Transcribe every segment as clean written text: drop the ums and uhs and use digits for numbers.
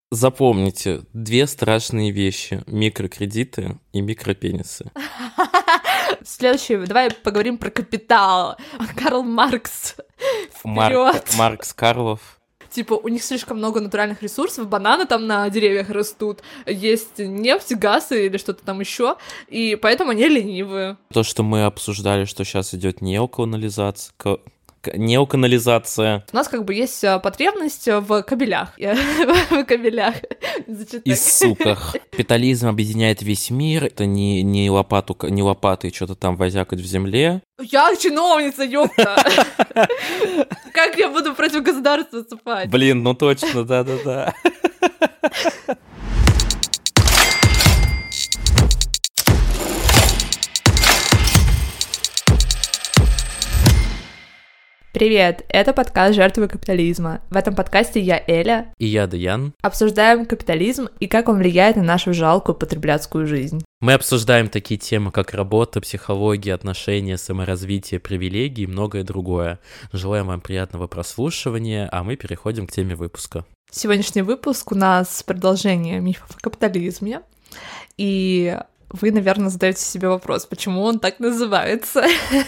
Запомните, две страшные вещи: микрокредиты и микропенисы. Следующее, давай поговорим про капитал. Карл Маркс. Вперед! Маркс Карлов. Типа, у них слишком много натуральных ресурсов, бананы там на деревьях растут, есть нефть, газ или что-то там еще, и поэтому они ленивые. То, что мы обсуждали, что сейчас идет неоканализация. У нас как бы есть потребность в кабелях. В кабелях. И суках. Капитализм объединяет весь мир. Это не лопатой что-то там возякать в земле. Я чиновница, ёпта! Как я буду против государства выступать? Блин, ну точно, да-да-да. Привет, это подкаст «Жертвы капитализма». В этом подкасте я Эля. И я Даян. Обсуждаем капитализм и как он влияет на нашу жалкую потребляцкую жизнь. Мы обсуждаем такие темы, как работа, психология, отношения, саморазвитие, привилегии и многое другое. Желаем вам приятного прослушивания, а мы переходим к теме выпуска. Сегодняшний выпуск у нас продолжение мифов о капитализме. И вы, наверное, задаете себе вопрос, почему он так называется.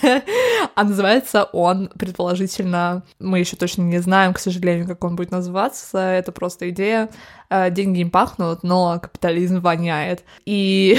А называется он, предположительно, мы еще точно не знаем, к сожалению, как он будет называться. Это просто идея. Деньги не пахнут, но капитализм воняет. И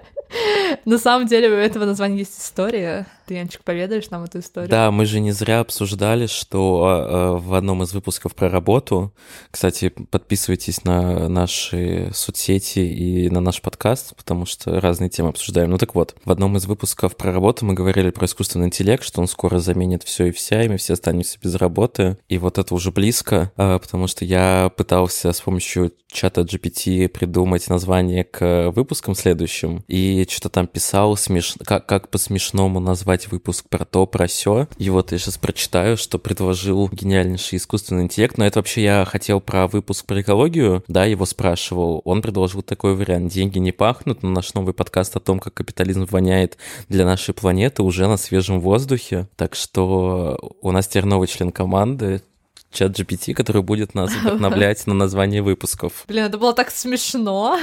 на самом деле у этого названия есть история. Ты, Янчик, поведаешь нам эту историю? Да, мы же не зря обсуждали, что в одном из выпусков про работу, кстати, подписывайтесь на наши соцсети и на наш подкаст, потому что разные темы обсуждаем. Ну так вот, в одном из выпусков про работу мы говорили про искусственный интеллект, что он скоро заменит все и вся, и мы все останемся без работы. И вот это уже близко, потому что я пытался с помощью чата GPT придумать название к выпускам следующим, и что-то там писал, как по-смешному назвать выпуск про то, про сё. И вот я сейчас прочитаю, что предложил гениальнейший искусственный интеллект. Но это вообще я хотел про выпуск про экологию, да, его спрашивал. Он предложил такой вариант: деньги не пахнут, но наш новый подкаст о том, как капитализм воняет для нашей планеты, уже на свежем воздухе. Так что у нас теперь новый член команды, чат GPT, который будет нас вдохновлять на название выпусков. Блин, это было так смешно.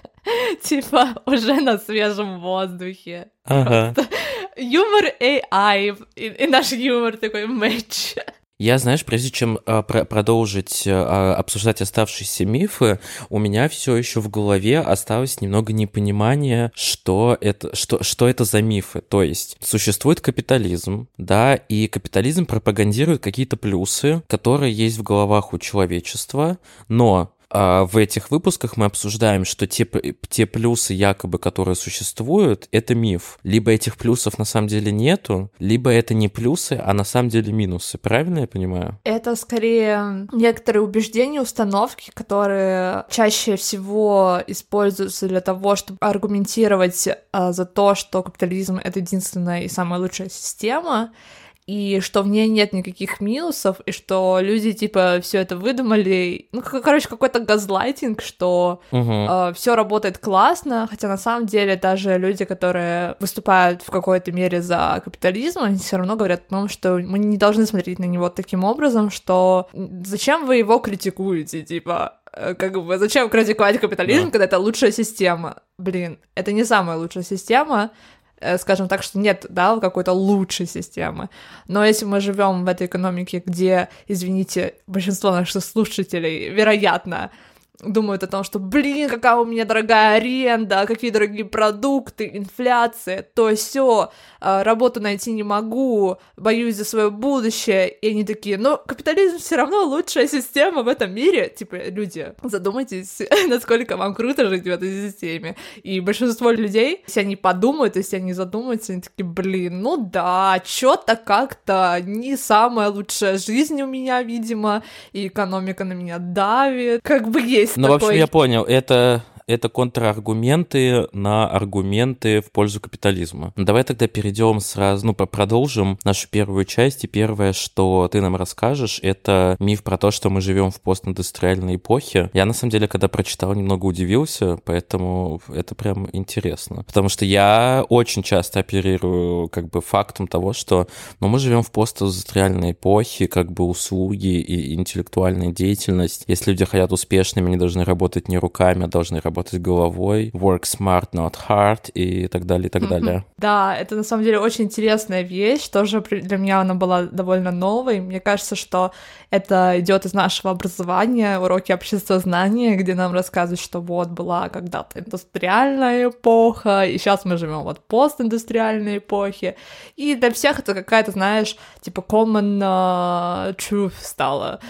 Типа, уже на свежем воздухе. Ага. Юмор AI и наш юмор такой матч. Я, знаешь, прежде чем продолжить обсуждать оставшиеся мифы, у меня все еще в голове осталось немного непонимания, что это за мифы. То есть существует капитализм, да, и капитализм пропагандирует какие-то плюсы, которые есть в головах у человечества, но в этих выпусках мы обсуждаем, что те плюсы, якобы, которые существуют, это миф. Либо этих плюсов на самом деле нету, либо это не плюсы, а на самом деле минусы. Правильно я понимаю? Это скорее некоторые убеждения, установки, которые чаще всего используются для того, чтобы аргументировать за то, что капитализм — это единственная и самая лучшая система, и что в ней нет никаких минусов, и что люди, типа, все это выдумали. Ну, короче, какой-то газлайтинг, что все работает классно, хотя на самом деле даже люди, которые выступают в какой-то мере за капитализм, они все равно говорят о том, что мы не должны смотреть на него таким образом, что зачем вы его критикуете, типа, как бы, зачем критиковать капитализм, когда это лучшая система? Блин, это не самая лучшая система, скажем так, что нет, да, какой-то лучшей системы. Но если мы живем в этой экономике, где, извините, большинство наших слушателей, вероятно, думают о том, что, блин, какая у меня дорогая аренда, какие дорогие продукты, инфляция, то сё, работу найти не могу, боюсь за свое будущее, и они такие, ну, капитализм все равно лучшая система в этом мире. Типа, люди, задумайтесь, насколько вам круто жить в этой системе. И большинство людей, если они подумают, если они задумаются, они такие, блин, ну да, чё-то как-то не самая лучшая жизнь у меня, видимо, и экономика на меня давит, как бы есть. Ну, в общем, я понял, это это контраргументы на аргументы в пользу капитализма. Давай тогда перейдем сразу, продолжим нашу первую часть. И первое, что ты нам расскажешь, это миф про то, что мы живем в постиндустриальной эпохе. Я, на самом деле, когда прочитал, немного удивился, поэтому это прям интересно. Потому что я очень часто оперирую фактом того, что мы живем в постиндустриальной эпохе, услуги и интеллектуальная деятельность. Если люди хотят успешными, они должны работать не руками, а должны работать головой. Work smart, not hard, и так далее, и так далее. Да, это на самом деле очень интересная вещь, тоже для меня она была довольно новой. Мне кажется, что это идет из нашего образования, уроки обществознания, где нам рассказывают, что вот была когда-то индустриальная эпоха, и сейчас мы живем в постиндустриальной эпохе. И для всех это какая-то, знаешь, common truth стала.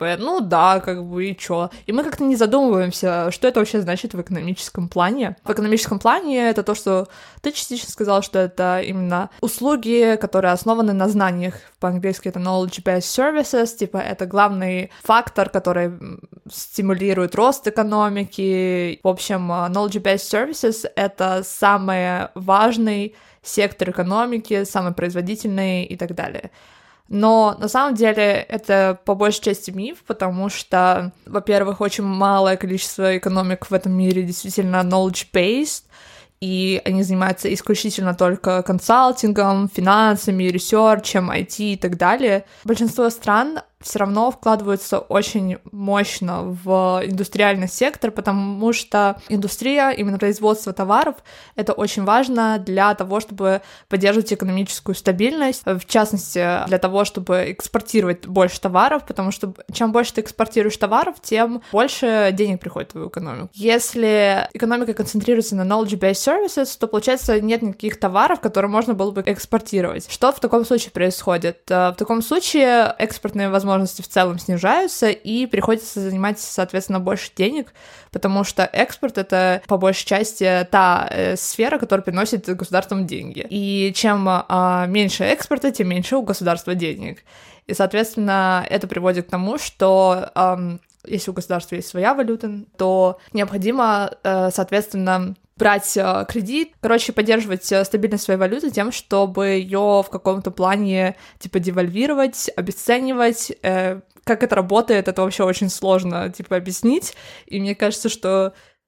И чё? И мы как-то не задумываемся, что это вообще значит в экономическом плане. В экономическом плане это то, что ты частично сказал, что это именно услуги, которые основаны на знаниях. По-английски это knowledge-based services, это главный фактор, который стимулирует рост экономики. В общем, knowledge-based services — это самый важный сектор экономики, самый производительный и так далее. Но на самом деле это по большей части миф, потому что, во-первых, очень малое количество экономик в этом мире действительно knowledge-based, и они занимаются исключительно только консалтингом, финансами, ресерчем, IT и так далее. Большинство стран все равно вкладываются очень мощно в индустриальный сектор, потому что индустрия, именно производство товаров, это очень важно для того, чтобы поддерживать экономическую стабильность, в частности, для того, чтобы экспортировать больше товаров, потому что чем больше ты экспортируешь товаров, тем больше денег приходит в твою экономику. Если экономика концентрируется на knowledge-based services, то, получается, нет никаких товаров, которые можно было бы экспортировать. Что в таком случае происходит? В таком случае экспортные возможности в целом снижаются, и приходится занимать, соответственно, больше денег, потому что экспорт — это, по большей части, та сфера, которая приносит государствам деньги. И чем меньше экспорта, тем меньше у государства денег. И, соответственно, это приводит к тому, что если у государства есть своя валюта, то необходимо, соответственно, брать кредит, поддерживать стабильность своей валюты тем, чтобы ее в каком-то плане, девальвировать, обесценивать. Как это работает, это вообще очень сложно, объяснить. И мне кажется, что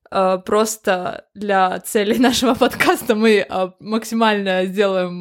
просто для целей нашего подкаста мы максимально сделаем...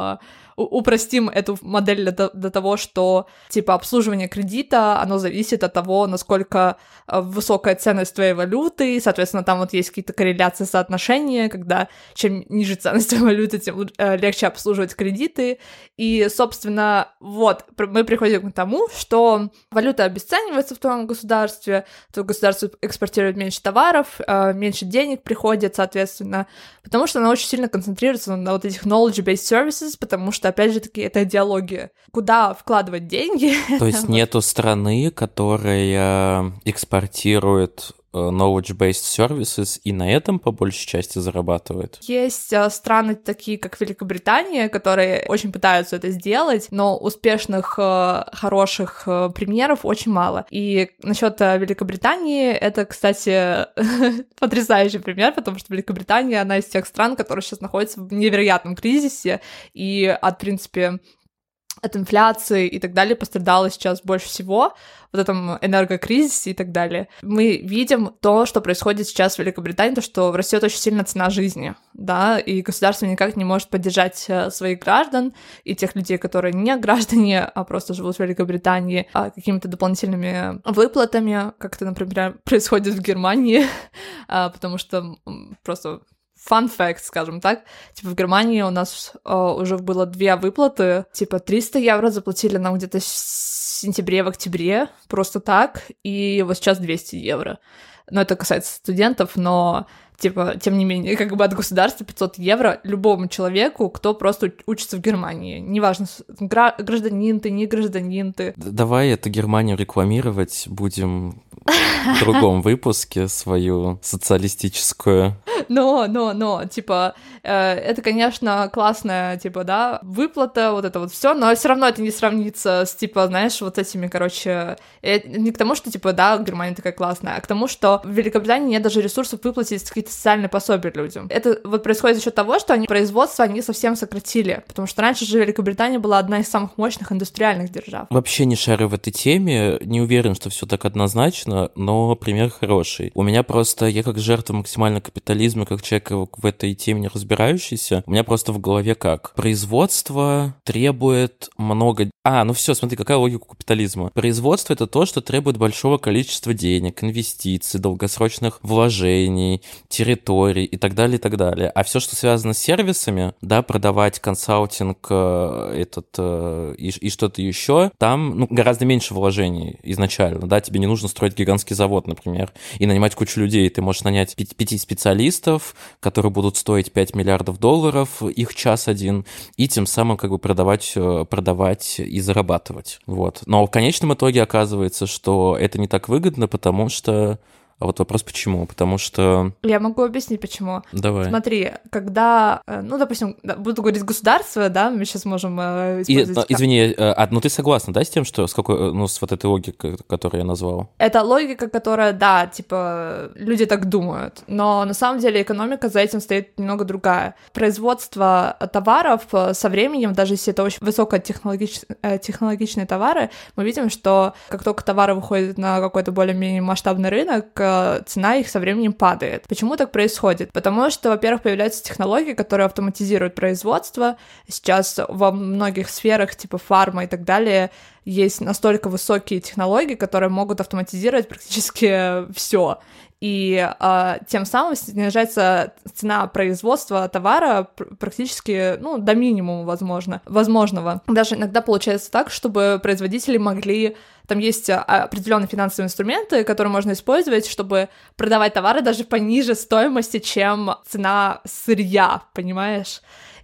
упростим эту модель до того, что, обслуживание кредита, оно зависит от того, насколько высокая ценность твоей валюты, и, соответственно, там есть какие-то корреляции, соотношения, когда чем ниже ценность твоей валюты, тем легче обслуживать кредиты, и, собственно, мы приходим к тому, что валюта обесценивается в твоем государстве, то государство экспортирует меньше товаров, меньше денег приходит, соответственно, потому что она очень сильно концентрируется на этих knowledge-based services, потому что, опять же таки, это идеология. Куда вкладывать деньги? То есть нету страны, которая экспортирует knowledge-based services и на этом по большей части зарабатывает? Есть страны такие, как Великобритания, которые очень пытаются это сделать, но успешных, хороших примеров очень мало. И насчет Великобритании, это, кстати, потрясающий пример, потому что Великобритания, она из тех стран, которые сейчас находятся в невероятном кризисе, и в принципе, от инфляции и так далее пострадало сейчас больше всего, этом энергокризисе и так далее. Мы видим то, что происходит сейчас в Великобритании, то, что растет очень сильно цена жизни, да, и государство никак не может поддержать своих граждан и тех людей, которые не граждане, а просто живут в Великобритании, какими-то дополнительными выплатами, как это, например, происходит в Германии, потому что просто... Fun fact, скажем так. В Германии у нас уже было 2 выплаты. 300 евро заплатили нам где-то в сентябре, в октябре, просто так. И вот сейчас 200 евро. Но это касается студентов, но Типа, тем не менее, как бы от государства 500 евро любому человеку, кто просто учится в Германии. Неважно, гражданин ты, не гражданин ты. Давай эту Германию рекламировать будем в другом выпуске, свою социалистическую. Но, типа, это, конечно, классная, типа, да, выплата, вот это вот все, но все равно это не сравнится с, типа, знаешь, вот этими, короче, не к тому, что, типа, да, Германия такая классная, а к тому, что в Великобритании нет даже ресурсов выплатить какие-то социальные пособия людям. Это вот происходит за счет того, что производство они совсем сократили, потому что раньше же Великобритания была одна из самых мощных индустриальных держав. Вообще не шарю в этой теме, не уверен, что все так однозначно, но пример хороший. У меня просто, я как жертва максимально капитализма, как человек в этой теме не разбирающийся, у меня просто в голове как? Производство требует много... ну все, смотри, какая логика капитализма. Производство — это то, что требует большого количества денег, инвестиций, долгосрочных вложений, территорий и так далее, и так далее. А все, что связано с сервисами, да, продавать консалтинг и что-то еще, там гораздо меньше вложений изначально, да, тебе не нужно строить гигантский завод, например, и нанимать кучу людей. Ты можешь нанять 5 специалистов, которые будут стоить $5 миллиардов, их час один, и тем самым как бы продавать и зарабатывать. Вот. Но в конечном итоге оказывается, что это не так выгодно, потому что... А вот вопрос, почему? Потому что... Я могу объяснить, почему. Давай. Смотри, когда, допустим, буду говорить государство, да, мы сейчас можем использовать... Извини, ты согласна, да, с тем, что с вот этой логикой, которую я назвал? Это логика, которая, да, типа, люди так думают, но на самом деле экономика за этим стоит немного другая. Производство товаров со временем, даже если это очень высокотехнологичные товары, мы видим, что как только товары выходят на какой-то более-менее масштабный рынок, цена их со временем падает. Почему так происходит? Потому что, во-первых, появляются технологии, которые автоматизируют производство. Сейчас во многих сферах, типа фарма и так далее, есть настолько высокие технологии, которые могут автоматизировать практически все. И тем самым снижается цена производства товара практически, до минимума возможного. Даже иногда получается так, чтобы производители могли... Там есть определенные финансовые инструменты, которые можно использовать, чтобы продавать товары даже пониже стоимости, чем цена сырья, понимаешь?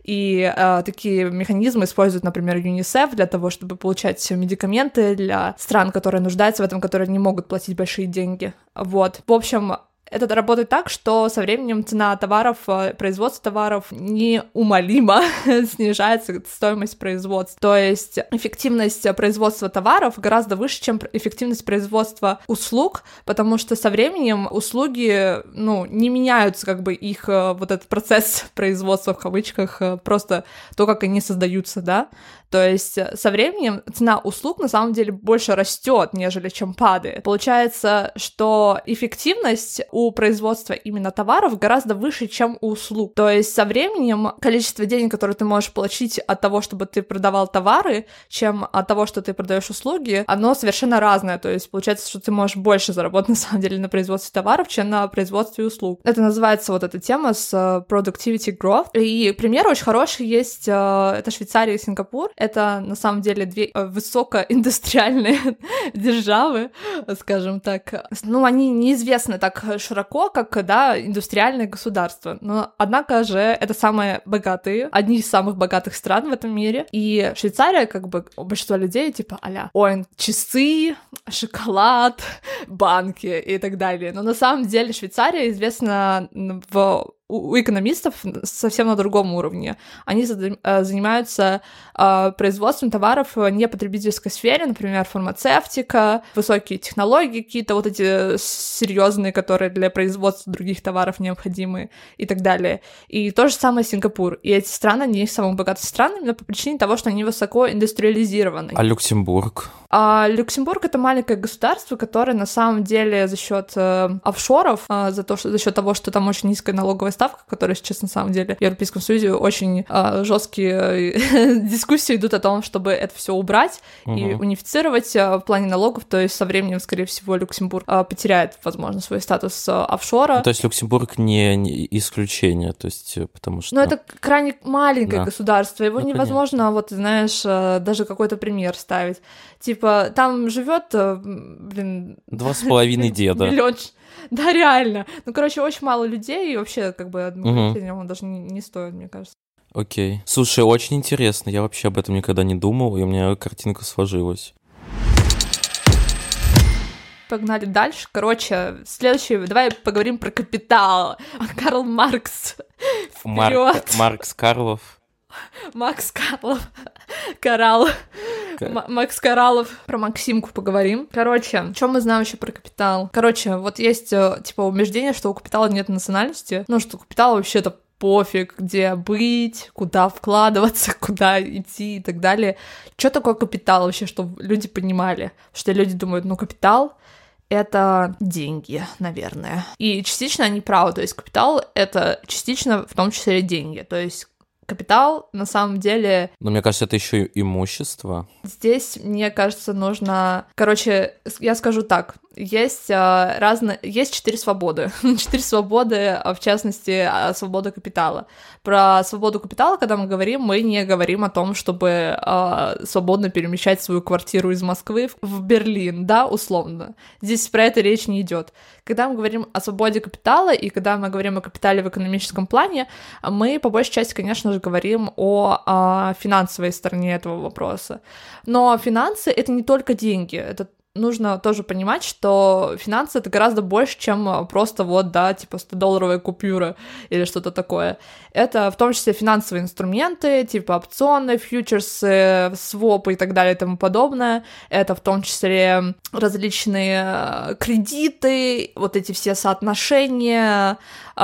И такие механизмы используют, например, ЮНИСЕФ для того, чтобы получать медикаменты для стран, которые нуждаются в этом, которые не могут платить большие деньги. Вот. В общем, это работает так, что со временем цена товаров, производство товаров неумолимо снижается, стоимость производства. То есть эффективность производства товаров гораздо выше, чем эффективность производства услуг, потому что со временем услуги, не меняются, как бы их вот этот процесс производства в кавычках, просто то, как они создаются, да. То есть со временем цена услуг на самом деле больше растет, нежели чем падает. Получается, что эффективность у производства именно товаров гораздо выше, чем у услуг. То есть со временем количество денег, которые ты можешь получить от того, чтобы ты продавал товары, чем от того, что ты продаешь услуги, оно совершенно разное. То есть получается, что ты можешь больше заработать на самом деле на производстве товаров, чем на производстве услуг. Это называется вот эта тема с productivity growth. И пример очень хороший есть, это Швейцария и Сингапур. Это на самом деле две высокоиндустриальные державы, скажем так. Они неизвестны так широко, как, да, индустриальные государства. Но, однако же, это самые богатые, одни из самых богатых стран в этом мире. И Швейцария, как бы, у большинства людей, типа, часы, шоколад, банки и так далее. Но на самом деле Швейцария известна у экономистов совсем на другом уровне. Они занимаются производством товаров в непотребительской сфере, например, фармацевтика, высокие технологии какие-то, вот эти серьезные, которые для производства других товаров необходимы и так далее. И то же самое Сингапур. И эти страны, они самые богатые страны именно по причине того, что они высоко индустриализированы. А Люксембург? Люксембург — это маленькое государство, которое на самом деле за счет офшоров, за счет того, что там очень низкая налоговая ставка, которая сейчас на самом деле в Европейском Союзе очень жесткие дискуссии идут о том, чтобы это все убрать и унифицировать в плане налогов. То есть со временем, скорее всего, Люксембург потеряет, возможно, свой статус офшора. То есть Люксембург не исключение, то есть потому что... Это крайне маленькое государство, его невозможно, вот знаешь, даже какой-то пример ставить. Типа, там живет, 2,5 деда. Да, реально. Ну, короче, очень мало людей, и вообще, как бы, он даже не стоит, мне кажется. Окей. Слушай, очень интересно. Я вообще об этом никогда не думал, и у меня картинка сложилась. Погнали дальше. Короче, следующее, давай поговорим про «Капитал». Карл Маркс. Маркс Карлов. Макс Карлов. Коралл. Макс Кораллов. Про Максимку поговорим. Короче, что мы знаем еще про «Капитал»? Короче, вот есть, типа, убеждение, что у «Капитала» нет национальности. Ну, что у «Капитала» вообще-то пофиг, где быть, куда вкладываться, куда идти и так далее. Что такое «Капитал» вообще, чтобы люди понимали? Что люди думают, ну, «Капитал» — это деньги, наверное. И частично они правы, то есть «Капитал» — это частично в том числе деньги, то есть «Капитал» на самом деле... Но мне кажется, это еще и имущество. Здесь, мне кажется, нужно... Короче, я скажу так. Есть есть 4 свободы. 4 свободы, в частности, свобода капитала. Про свободу капитала, когда мы не говорим о том, чтобы свободно перемещать свою квартиру из Москвы в Берлин, да, условно. Здесь про это речь не идет. Когда мы говорим о свободе капитала и когда мы говорим о капитале в экономическом плане, мы, по большей части, конечно же, говорим о финансовой стороне этого вопроса. Но финансы — это не только деньги, это нужно тоже понимать, что финансы — это гораздо больше, чем просто вот, да, типа 100-долларовая купюра или что-то такое. Это в том числе финансовые инструменты, типа опционы, фьючерсы, свопы и так далее и тому подобное. Это в том числе различные кредиты, вот эти все соотношения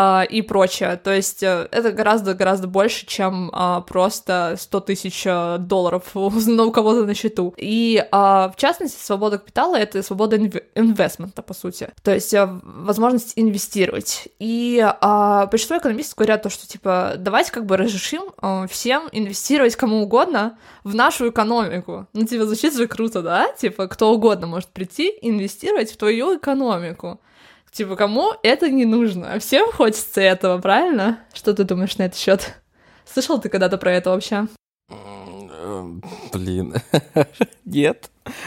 и прочее. То есть это гораздо-гораздо больше, чем просто 100 тысяч долларов у кого-то на счету. И в частности, свобода капитала — это свобода инвестмента, по сути. То есть возможность инвестировать. И большинство экономистов говорят то, что, типа, давайте как бы разрешим всем инвестировать кому угодно в нашу экономику. Ну, типа, звучит же круто, да? Типа, кто угодно может прийти и инвестировать в твою экономику. Типа, кому это не нужно? Всем хочется этого, правильно? Что ты думаешь на этот счет? Слышал ты когда-то про это вообще? Блин, нет.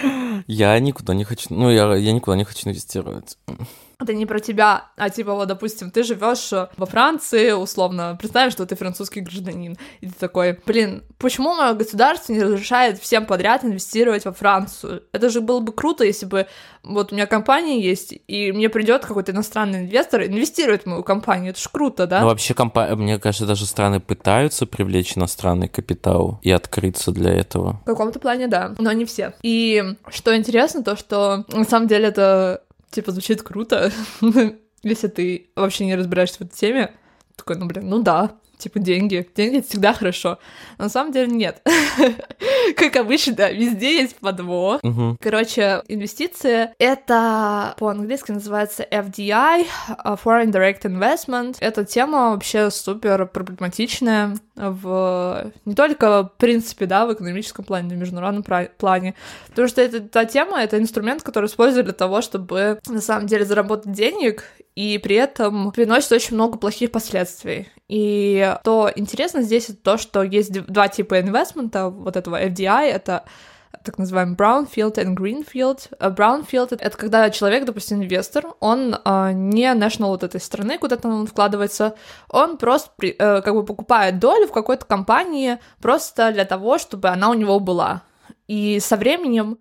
Я никуда не хочу, я никуда не хочу инвестировать. Это не про тебя, а типа, вот, допустим, ты живешь во Франции, условно, представим, что ты французский гражданин, и ты такой, блин, почему мое государство не разрешает всем подряд инвестировать во Францию? Это же было бы круто, если бы вот у меня компания есть, и мне придет какой-то иностранный инвестор и инвестирует в мою компанию, это ж круто, да? Ну, вообще, мне кажется, даже страны пытаются привлечь иностранный капитал и открыться для этого. В каком-то плане, да, но не все. И что интересно, то, что на самом деле это... Типа, звучит круто, если ты вообще не разбираешься в этой теме. Такой, ну да, типа, деньги. Деньги — это всегда хорошо. Но на самом деле нет. Как обычно, везде есть подвох. Короче, инвестиции — это по-английски называется FDI, Foreign Direct Investment. Эта тема вообще супер проблематичная не только, в принципе, да, в экономическом плане, но и в международном плане. Потому что та тема — это инструмент, который используют для того, чтобы, на самом деле, заработать денег, и при этом приносит очень много плохих последствий. И то интересно здесь это то, что есть 2 типа инвестмента, вот этого FDI, это так называемый brownfield и greenfield. Brownfield — это когда человек, допустим, инвестор, он не national вот этой страны, куда-то он вкладывается, он просто как бы покупает долю в какой-то компании просто для того, чтобы она у него была. И со временем,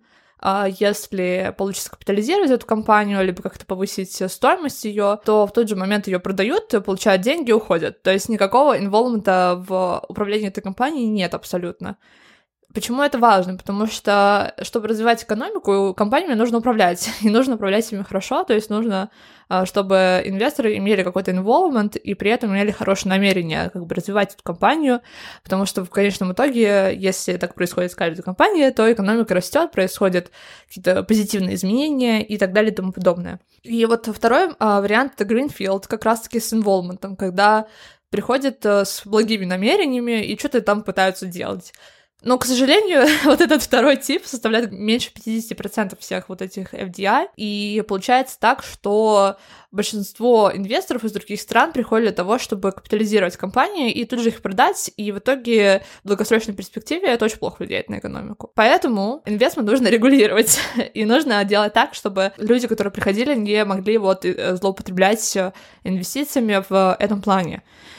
если получится капитализировать эту компанию, либо как-то повысить стоимость ее, то в тот же момент ее продают, получают деньги и уходят. То есть никакого инволвмента в управлении этой компанией нет абсолютно. Почему это важно? Потому что, чтобы развивать экономику, компаниями нужно управлять, и нужно управлять ими хорошо, то есть нужно, чтобы инвесторы имели какой-то involvement и при этом имели хорошее намерение как бы развивать эту компанию, потому что в конечном итоге, если так происходит с каждой компанией, то экономика растет, происходят какие-то позитивные изменения и так далее и тому подобное. И вот второй вариант — это greenfield, как раз-таки с involvement, когда приходят с благими намерениями и что-то там пытаются делать. Но, к сожалению, вот этот второй тип составляет меньше 50% всех вот этих FDI, и получается так, что большинство инвесторов из других стран приходят для того, чтобы капитализировать компании и тут же их продать, и в итоге в долгосрочной перспективе это очень плохо влияет на экономику. Поэтому инвестмент нужно регулировать, и нужно делать так, чтобы люди, которые приходили, не могли вот злоупотреблять инвестициями в этом плане.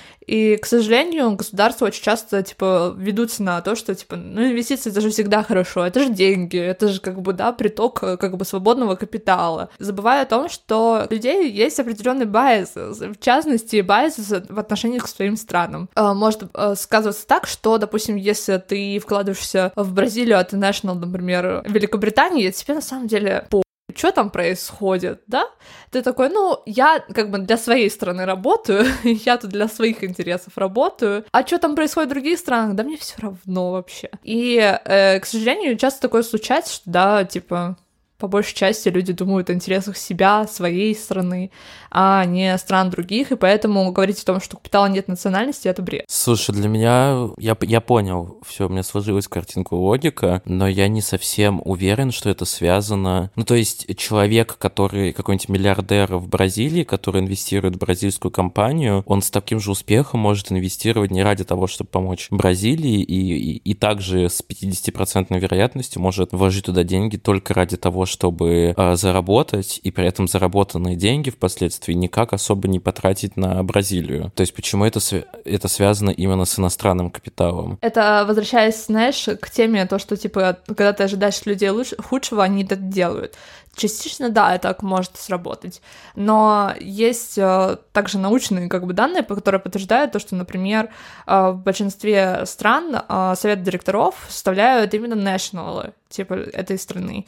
И, к сожалению, государства очень часто, типа, ведутся на то, что, типа, ну, инвестиции — это же всегда хорошо, это же деньги, это же, как бы, да, приток, как бы, свободного капитала. Забывая о том, что у людей есть определенный байс, в частности, байс в отношении к своим странам. Может сказываться так, что, допустим, если ты вкладываешься в Бразилию, а ты national, например, Великобритании, тебе на самом деле что там происходит, да? Ты такой, ну, я как бы для своей страны работаю, я тут для своих интересов работаю, а что там происходит в других странах, да мне все равно вообще. И, к сожалению, часто такое случается, что, да, типа, по большей части люди думают о интересах себя, своей страны, а не стран других, и поэтому говорить о том, что у капитала нет национальности, это бред. Слушай, для меня, я понял, все, у меня сложилась картинка логика, но я не совсем уверен, что это связано... Ну, то есть человек, который, какой-нибудь миллиардер в Бразилии, который инвестирует в бразильскую компанию, он с таким же успехом может инвестировать не ради того, чтобы помочь Бразилии, и также с 50% вероятностью может вложить туда деньги только ради того, чтобы заработать, и при этом заработанные деньги впоследствии никак особо не потратить на Бразилию. То есть почему это связано именно с иностранным капиталом? Это, возвращаясь, знаешь, к теме, то, что, типа, когда ты ожидаешь от людей худшего, они это делают. Частично, да, это может сработать, но есть также научные, как бы, данные, которые подтверждают то, что, например, в большинстве стран совет директоров составляют именно national, типа, этой страны.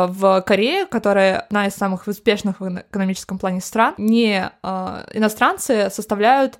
В Корее, которая одна из самых успешных в экономическом плане стран, не иностранцы составляют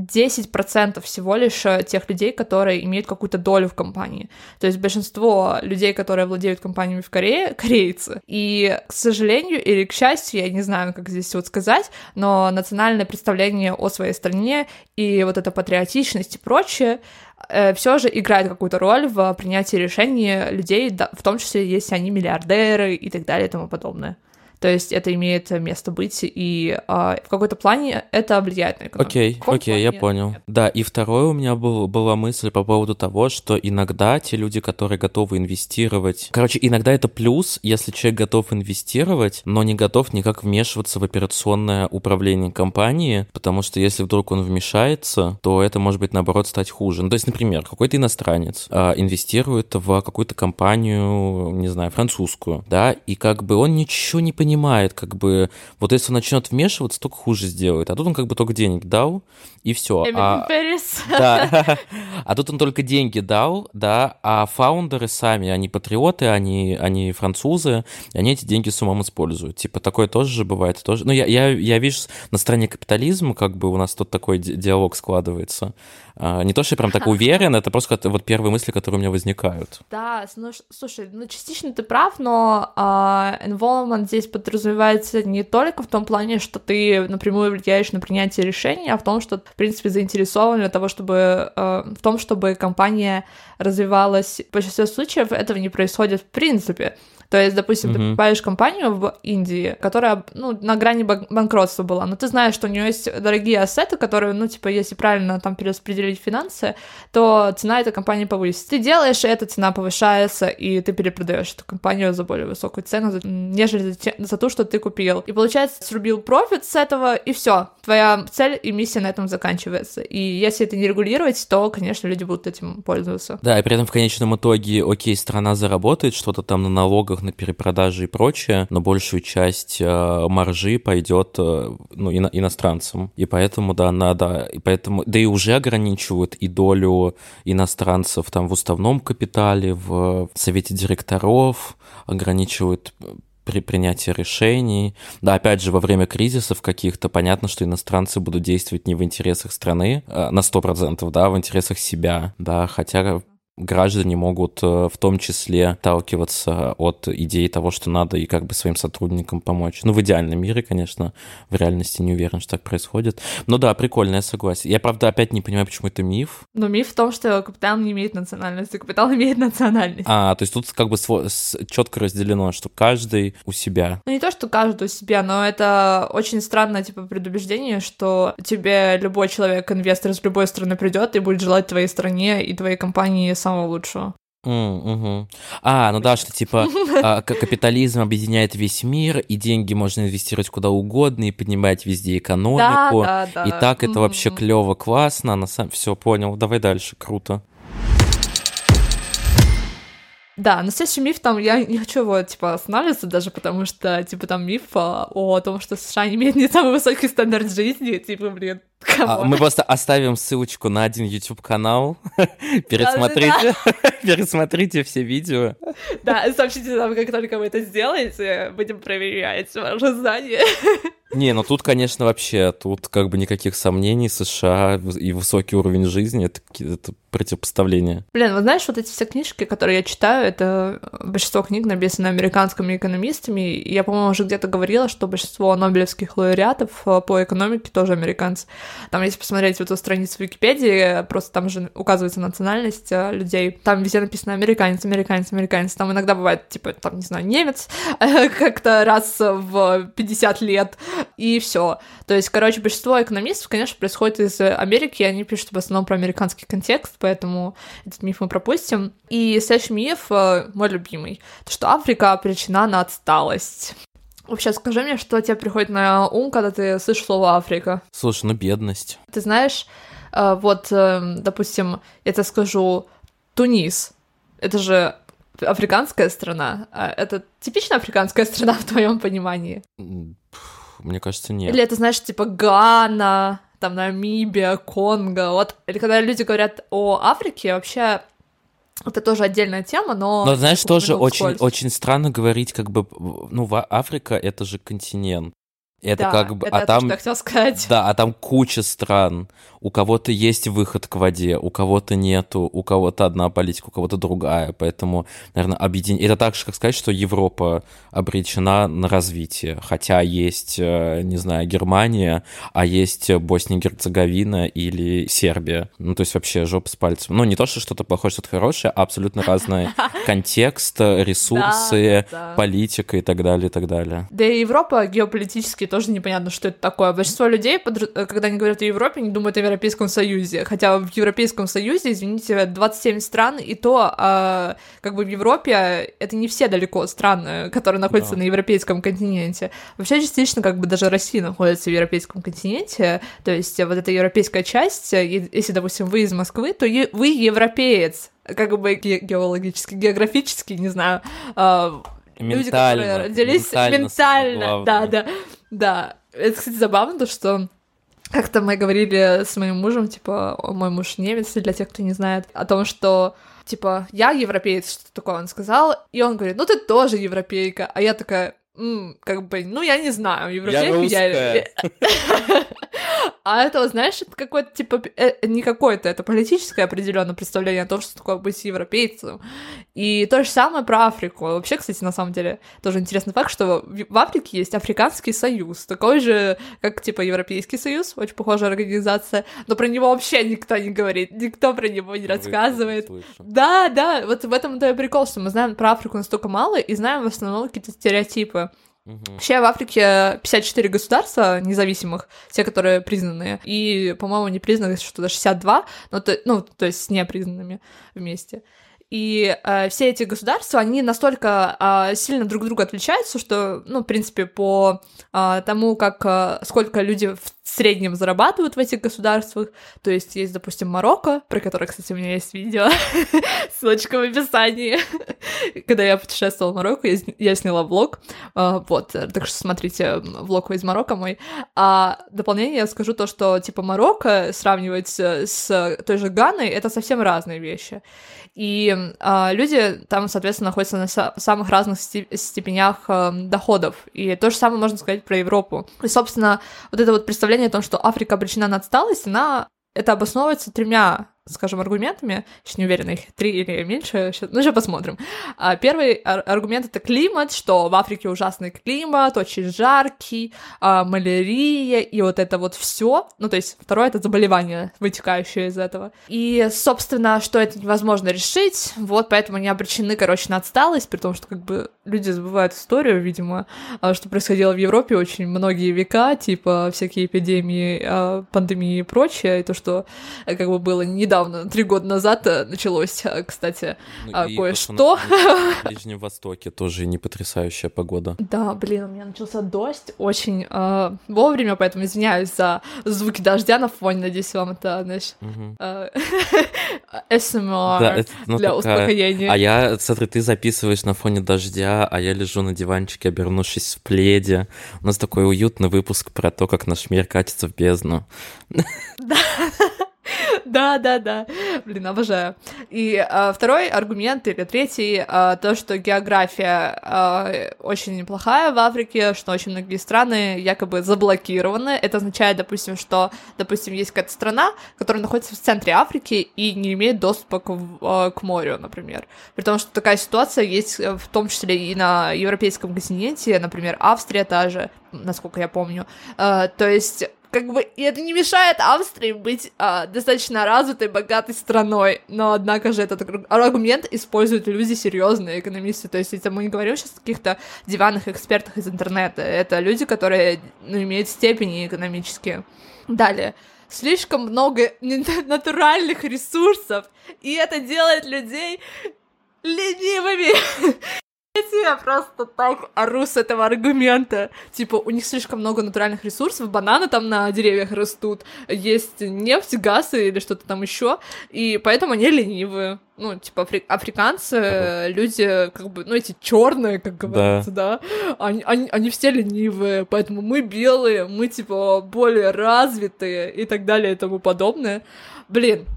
10% всего лишь тех людей, которые имеют какую-то долю в компании. То есть большинство людей, которые владеют компаниями в Корее, корейцы. И, к сожалению или к счастью, я не знаю, как здесь вот сказать, но национальное представление о своей стране и вот эта патриотичность и прочее все же играет какую-то роль в принятии решений людей, в том числе, если они миллиардеры и так далее и тому подобное. То есть это имеет место быть, и в какой-то плане это влияет на экономику. Окей, я понял. Нет. Да, и второе у меня была мысль по поводу того, что иногда те люди, которые готовы инвестировать... Короче, иногда это плюс, если человек готов инвестировать, но не готов никак вмешиваться в операционное управление компании, потому что если вдруг он вмешается, то это может быть, наоборот, стать хуже. Ну, то есть, например, какой-то иностранец инвестирует в какую-то компанию, не знаю, французскую, да, и как бы он ничего не понимает, как бы, вот если он начнет вмешиваться, только хуже сделает. А тут он как бы только денег дал, и все. Да. А тут он только деньги дал, да, а фаундеры сами, они патриоты, они французы, и они эти деньги с умом используют. Типа, такое тоже же бывает. Тоже. Ну, я вижу, на стороне капитализма, как бы у нас тут такой диалог складывается. Не то, что я прям так уверен, это просто вот первые мысли, которые у меня возникают. Да, ну, слушай, ну, частично ты прав, но involvement здесь подразумевается не только в том плане, что ты напрямую влияешь на принятие решений, а в том, что, в принципе, заинтересован для того, чтобы в том, чтобы компания развивалась. В большинстве случаев этого не происходит в принципе. То есть, допустим, ты покупаешь компанию в Индии, которая, ну, на грани банкротства была, но ты знаешь, что у нее есть дорогие ассеты, которые, ну, типа, если правильно там перераспределить финансы, то цена этой компании повысится. Ты делаешь это, цена повышается, и ты перепродаешь эту компанию за более высокую цену, нежели за ту, что ты купил. И, получается, срубил профит с этого, и все. Твоя цель и миссия на этом заканчивается. И если это не регулировать, то, конечно, люди будут этим пользоваться. Да, и при этом в конечном итоге, окей, страна заработает что-то там на налогах, на перепродаже и прочее, но большую часть маржи пойдет иностранцам. И поэтому, да и уже ограничивают и долю иностранцев там в уставном капитале, в совете директоров, ограничивают при принятии решений. Да, опять же, во время кризисов каких-то понятно, что иностранцы будут действовать не в интересах страны на 100%, да, в интересах себя, да, хотя граждане могут в том числе отталкиваться от идеи того, что надо и как бы своим сотрудникам помочь. Ну, в идеальном мире, конечно, в реальности не уверен, что так происходит. Но да, прикольно, я согласен. Я, правда, опять не понимаю, почему это миф. Но миф в том, что капитал не имеет национальности, капитал имеет национальность. То есть тут как бы четко разделено, что каждый у себя. Ну, не то, что каждый у себя, но это очень странное, типа, предубеждение, что тебе любой человек, инвестор из любой страны придет и будет желать твоей стране и твоей компании самого лучшего. Ну да, что типа капитализм объединяет весь мир, и деньги можно инвестировать куда угодно и поднимать везде экономику. Да. И так это вообще клево, классно. Все понял. Давай дальше, круто. Да, но следующий миф там, я не хочу его, типа, останавливаться даже, потому что, типа, там миф о том, что США имеет не самый высокий стандарт жизни, типа, блин, мы просто оставим ссылочку на один YouTube-канал, пересмотрите все видео. Да, сообщите нам, как только вы это сделаете, будем проверять ваше знание. Не, ну тут, конечно, вообще, тут как бы никаких сомнений, США и высокий уровень жизни, это противопоставление. Блин, вот знаешь, вот эти все книжки, которые я читаю, это большинство книг написано американскими экономистами, и я, по-моему, уже где-то говорила, что большинство нобелевских лауреатов по экономике тоже американцы. Там, если посмотреть вот эту страницу в Википедии, просто там же указывается национальность людей, там везде написано американец, американец, американец, там иногда бывает, типа, там, не знаю, немец, как-то раз в 50 лет, и все. То есть, короче, большинство экономистов, конечно, происходит из Америки, и они пишут в основном про американский контекст, поэтому этот миф мы пропустим. И следующий миф, мой любимый, то, что Африка обречена на отсталость. Вообще, скажи мне, что тебе приходит на ум, когда ты слышишь слово «Африка»? Слушай, ну бедность. Ты знаешь, вот, допустим, я тебе скажу, Тунис, это же африканская страна, это типично африканская страна в твоем понимании? Мне кажется, нет. Или это, знаешь, типа Гана, там, Намибия, Конго, вот. Или когда люди говорят о Африке, вообще... Это тоже отдельная тема, но... Но, знаешь, тоже очень странно говорить, как бы, ну, Африка — это же континент. Это да, как бы... это там, что я хотела сказать. Да, а там куча стран. У кого-то есть выход к воде, у кого-то нету, у кого-то одна политика, у кого-то другая. Поэтому, наверное, Это так же, как сказать, что Европа обречена на развитие. Хотя есть, не знаю, Германия, а есть Босния и Герцеговина или Сербия. Ну, то есть вообще жопа с пальцем. Ну, не то, что что-то плохое, что-то хорошее, а абсолютно разный контекст, ресурсы, политика и так далее, и так далее. Да и Европа геополитически тоже непонятно, что это такое. Большинство людей, когда они говорят о Европе, не думают о Европейском Союзе. Хотя в Европейском Союзе, извините, 27 стран, и то как бы в Европе это не все далеко страны, которые находятся на европейском континенте. Вообще частично как бы даже Россия находится в европейском континенте, то есть вот эта европейская часть, если, допустим, вы из Москвы, то вы европеец, как бы геологически, географически, не знаю, люди, которые родились ментально, да. Это, кстати, забавно, то, что как-то мы говорили с моим мужем, типа, мой муж немец, для тех, кто не знает, о том, что, типа, я европеец, что такое он сказал, и он говорит, ну ты тоже европейка, а я такая, как бы, ну я не знаю, европейка я... А это, знаешь, это какое-то, типа, не какое-то, это политическое определенное представление о том, что такое быть европейцем. И то же самое про Африку. Вообще, кстати, на самом деле, тоже интересный факт, что в Африке есть Африканский союз, такой же, как, типа, Европейский союз, очень похожая организация, но про него вообще никто не говорит, никто про него не рассказывает. Да, вот в этом-то и прикол, что мы знаем про Африку настолько мало и знаем в основном какие-то стереотипы. Вообще в Африке 54 государства независимых, те, которые признанные, и, по-моему, не признанных что-то 62, то есть с непризнанными вместе. И все эти государства, они настолько сильно друг друга отличаются, что, в принципе, по тому, сколько люди в среднем зарабатывают в этих государствах, то есть есть, допустим, Марокко, про которое, кстати, у меня есть видео, ссылочка в описании. Когда я путешествовала в Марокко, я сняла влог, вот, так что смотрите влог из Марокко мой. А дополнение я скажу то, что, типа, Марокко сравнивать с той же Ганой — это совсем разные вещи. И люди там, соответственно, находятся на самых разных степенях доходов. И то же самое можно сказать про Европу. И, собственно, вот это вот представление о том, что Африка обречена на отсталость, это обосновывается 3 скажем, аргументами. Сейчас не уверена, их 3 или меньше. Сейчас посмотрим. Первый аргумент — это климат, что в Африке ужасный климат, очень жаркий, малярия и вот это вот все. Ну, то есть второе — это заболевание, вытекающее из этого. И, собственно, что это невозможно решить, вот поэтому они обречены, на отсталость, при том, что как бы люди забывают историю, видимо, что происходило в Европе очень многие века, типа всякие эпидемии, пандемии и прочее, и то, что как бы было недавно, 3 года назад началось, кстати, кое-что. На Ближнем Востоке тоже не потрясающая погода. Да, блин, у меня начался дождь очень вовремя, поэтому извиняюсь за звуки дождя на фоне, надеюсь, вам это, знаешь, СМР для успокоения. А я, смотри, ты записываешь на фоне дождя, а я лежу на диванчике, обернувшись в пледе. У нас такой уютный выпуск про то, как наш мир катится в бездну. Да. Блин, обожаю. И второй аргумент, или третий, то, что география очень неплохая в Африке, что очень многие страны якобы заблокированы. Это означает, допустим, что, есть какая-то страна, которая находится в центре Африки и не имеет доступа к морю, например. При том, что такая ситуация есть в том числе и на европейском континенте, например, Австрия та же, насколько я помню. То есть как бы, и это не мешает Австрии быть достаточно развитой, богатой страной, но, однако же, этот аргумент используют люди серьезные, экономисты, то есть это мы не говорим сейчас о каких-то диванных экспертах из интернета, это люди, которые, имеют степени экономические. Далее. Слишком много натуральных ресурсов, и это делает людей ленивыми. Я просто так ору с этого аргумента. Типа, у них слишком много натуральных ресурсов, бананы там на деревьях растут, есть нефть, газ или что-то там еще, и поэтому они ленивые. Ну, типа, африканцы, люди, как бы, эти черные, как говорится, да, они все ленивые, поэтому мы белые, мы, типа, более развитые и так далее и тому подобное. Блин,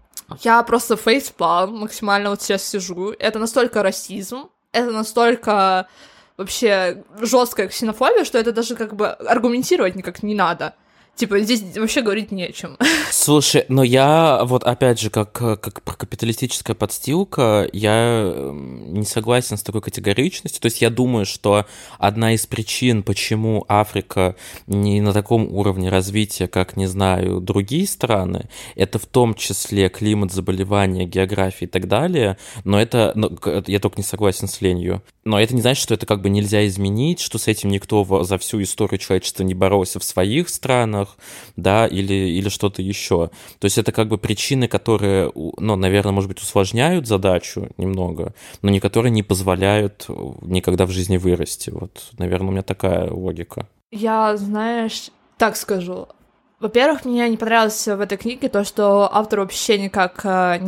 я просто фейсплан максимально вот сейчас сижу. Это настолько расизм, это настолько вообще жесткая ксенофобия, что это даже как бы аргументировать никак не надо. Типа, здесь вообще говорить не о чем. Слушай, но я вот опять же, как капиталистическая подстилка, я не согласен с такой категоричностью. То есть я думаю, что одна из причин, почему Африка не на таком уровне развития, как, не знаю, другие страны, это в том числе климат, заболевания, география и так далее, но это, я только не согласен с ленью. Но это не значит, что это как бы нельзя изменить, что с этим никто за всю историю человечества не боролся в своих странах, да, или что-то еще. То есть это как бы причины, которые, наверное, может быть, усложняют задачу немного, но не которые не позволяют никогда в жизни вырасти. Вот, наверное, у меня такая логика. Я, знаешь, так скажу. Во-первых, мне не понравилось в этой книге то, что автор вообще никак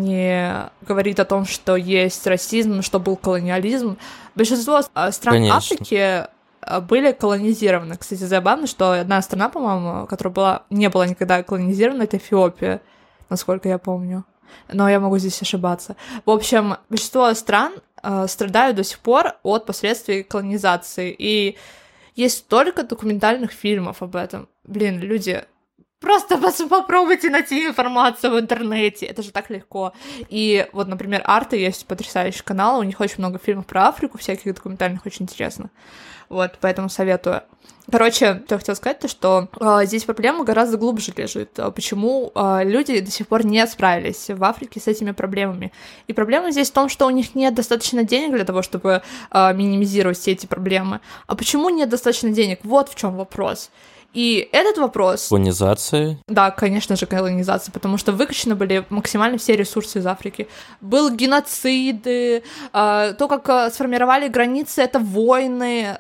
не говорит о том, что есть расизм, что был колониализм. Большинство стран Африки были колонизированы. Кстати, забавно, что одна страна, по-моему, которая не была никогда колонизирована, это Эфиопия, насколько я помню. Но я могу здесь ошибаться. В общем, большинство стран страдают до сих пор от последствий колонизации. И есть столько документальных фильмов об этом. Блин, люди... Просто попробуйте найти информацию в интернете, это же так легко. И вот, например, Арта есть потрясающий канал, у них очень много фильмов про Африку, всяких документальных, очень интересно. Вот, поэтому советую. Короче, что я хотела сказать, то что здесь проблема гораздо глубже лежит. Почему люди до сих пор не справились в Африке с этими проблемами? И проблема здесь в том, что у них нет достаточно денег для того, чтобы минимизировать все эти проблемы. А почему нет достаточно денег? Вот в чем вопрос. И этот вопрос... Колонизация? Да, конечно же, колонизация, потому что выкачаны были максимально все ресурсы из Африки. Был геноциды, то, как сформировали границы, это войны,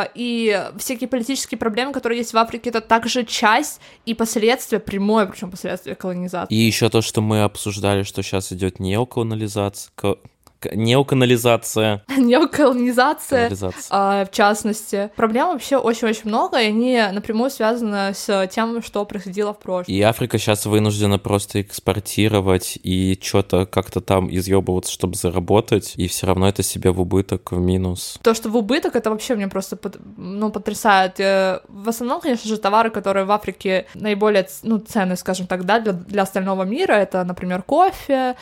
и всякие политические проблемы, которые есть в Африке, это также часть и последствия, прямое, причем последствия колонизации. И еще то, что мы обсуждали, что сейчас идет неоколониализация, Неоколонизация. Неоколонизация, в частности. Проблем вообще очень-очень много, и они напрямую связаны с тем, что происходило в прошлом. И Африка сейчас вынуждена просто экспортировать и что-то как-то там изъебываться, чтобы заработать, и все равно это себе в убыток, в минус. То, что в убыток, это вообще мне просто потрясает. В основном, конечно же, товары, которые в Африке наиболее ценные, скажем так, да, для остального мира, это, например, кофе,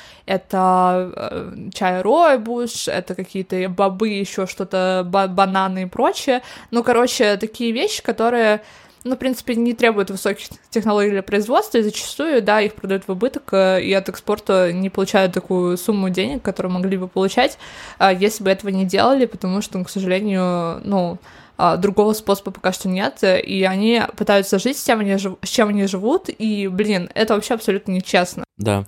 это чай ройбуш, это какие-то бобы, еще что-то, бананы и прочее. Такие вещи, которые, в принципе, не требуют высоких технологий для производства, и зачастую, да, их продают в убыток, и от экспорта не получают такую сумму денег, которую могли бы получать, если бы этого не делали, потому что, к сожалению, другого способа пока что нет, и они пытаются жить с чем они живут, и, это вообще абсолютно нечестно. Да,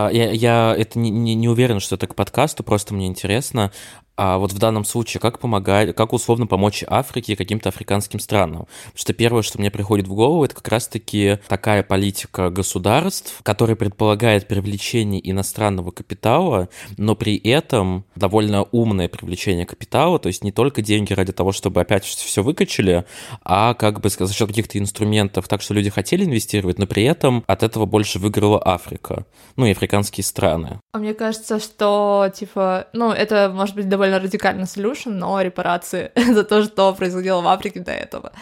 я это не уверен, что это к подкасту, просто мне интересно. А вот в данном случае как условно помочь Африке и каким-то африканским странам? Потому что первое, что мне приходит в голову, это как раз-таки такая политика государств, которая предполагает привлечение иностранного капитала, но при этом довольно умное привлечение капитала, то есть не только деньги ради того, чтобы опять все выкачали, а как бы за счет каких-то инструментов, так что люди хотели инвестировать, но при этом от этого больше выиграла Африка, и африканские страны. Мне кажется, что, это может быть довольно радикальный solution, но репарации за то, что происходило в Африке до этого.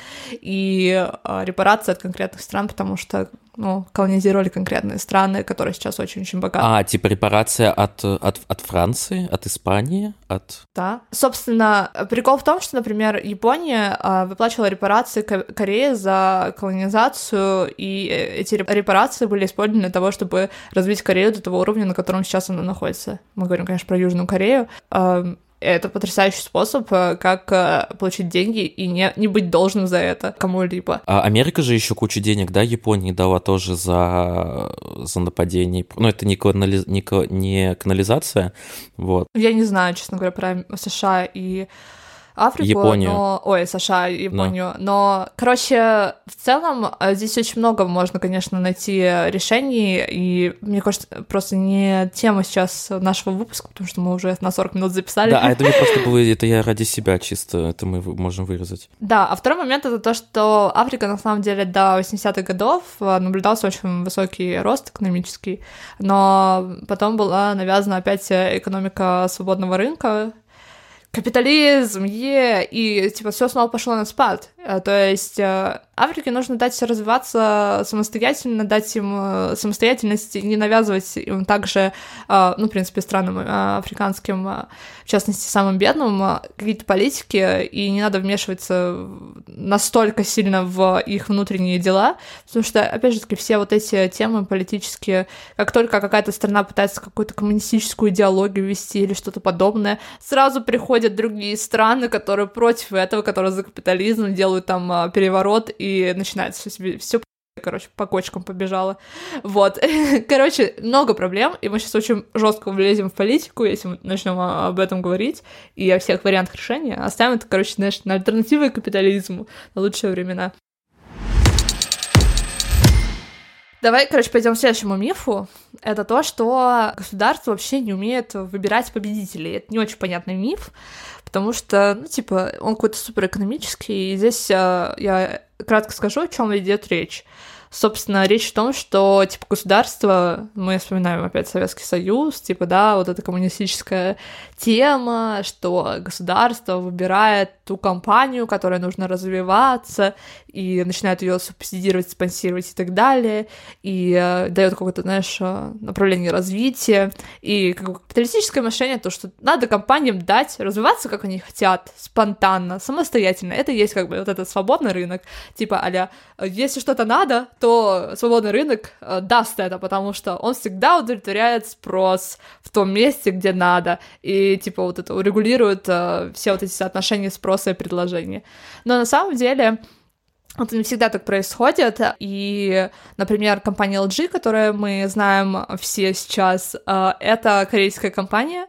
И репарации от конкретных стран, потому что, колонизировали конкретные страны, которые сейчас очень-очень богаты. Репарация от Франции, от Испании, Да. Собственно, прикол в том, что, например, Япония выплачивала репарации Корее за колонизацию, и эти репарации были использованы для того, чтобы развить Корею до того уровня, на котором сейчас она находится. Мы говорим, конечно, про Южную Корею. Это потрясающий способ, как получить деньги и не быть должным за это кому-либо. А Америка же еще кучу денег, да, Японии дала тоже за нападение. Это не канализация, вот. Я не знаю, честно говоря, про США и Африку, Японию. США и Японию, но, в целом здесь очень много можно, конечно, найти решений, и, мне кажется, просто не тема сейчас нашего выпуска, потому что мы уже на 40 минут записали. Да, это мне просто было, это я ради себя чисто, это мы можем вырезать. Да, а второй момент — это то, что Африка, на самом деле, до 80-х годов наблюдался очень высокий рост экономический, но потом была навязана опять экономика свободного рынка, капитализм, и все снова пошло на спад. То есть Африке нужно дать развиваться самостоятельно, дать им самостоятельность и не навязывать им также, в принципе, странам африканским, в частности, самым бедным, какие-то политики, и не надо вмешиваться настолько сильно в их внутренние дела, потому что, опять же таки, все вот эти темы политические, как только какая-то страна пытается какую-то коммунистическую идеологию ввести или что-то подобное, сразу приходят другие страны, которые против этого, которые за капитализм, делают там переворот, и начинается все по кочкам побежало. Вот. Много проблем, и мы сейчас очень жестко влезем в политику, если мы начнем об этом говорить, и о всех вариантах решения. Оставим это, на альтернативы капитализму, на лучшие времена. Давай, пойдем к следующему мифу. Это то, что государство вообще не умеет выбирать победителей. Это не очень понятный миф, потому что, он какой-то суперэкономический, и здесь я кратко скажу, о чем идет речь. Собственно, речь в том, что, государство, мы вспоминаем опять Советский Союз, вот эта коммунистическая тема, что государство выбирает ту компанию, которой нужно развиваться, и начинает ее субсидировать, спонсировать и так далее, и дает какое-то, направление развития, и капиталистическое мышление, то, что надо компаниям дать развиваться, как они хотят, спонтанно, самостоятельно. Это и есть вот этот свободный рынок, а-ля, если что-то надо, то свободный рынок даст это, потому что он всегда удовлетворяет спрос в том месте, где надо, и это урегулирует все вот эти соотношения спроса и предложения. Но на самом деле это не всегда так происходит, и, например, компания LG, которую мы знаем все сейчас, это корейская компания,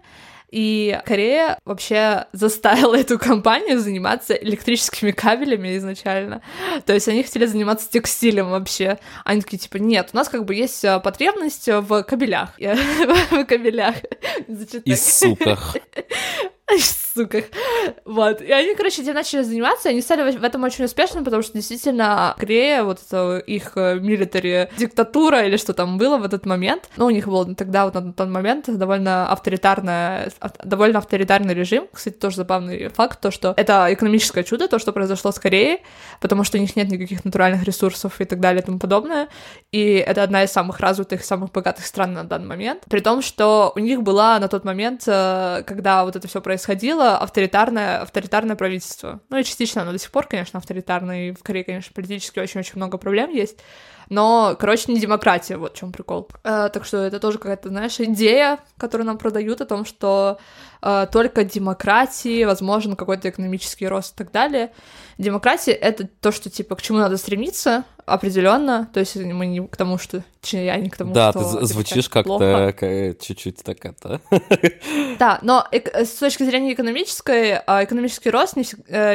И Корея вообще заставила эту компанию заниматься электрическими кабелями изначально. То есть они хотели заниматься текстилем вообще. Они такие, типа, нет, у нас как бы есть потребность в кабелях. В кабелях. И суках. Сука. Вот. И они, короче, этим начали заниматься, и они стали в этом очень успешными, потому что действительно Корея, вот это их милитари диктатура или что там было в этот момент, ну, у них был тогда вот на тот момент довольно авторитарный режим. Кстати, тоже забавный факт, то, что это экономическое чудо, то, что произошло с Кореей, потому что у них нет никаких натуральных ресурсов и так далее и тому подобное, и это одна из самых развитых, самых богатых стран на данный момент, при том, что у них была на тот момент, когда вот это все происходило, авторитарное правительство. Ну и частично оно до сих пор, конечно, авторитарное, и в Корее, конечно, политически очень-очень много проблем есть, но, короче, не демократия, вот в чем прикол. Так что это тоже какая-то, знаешь, идея, которую нам продают о том, что только демократии возможен какой-то экономический рост и так далее. Демократия — это то, что, типа, к чему надо стремиться определенно, то есть мы не к тому, что... Я не к тому, да, что... Да, ты звучишь как-то чуть-чуть так это... Да, но с точки зрения экономической, экономический рост не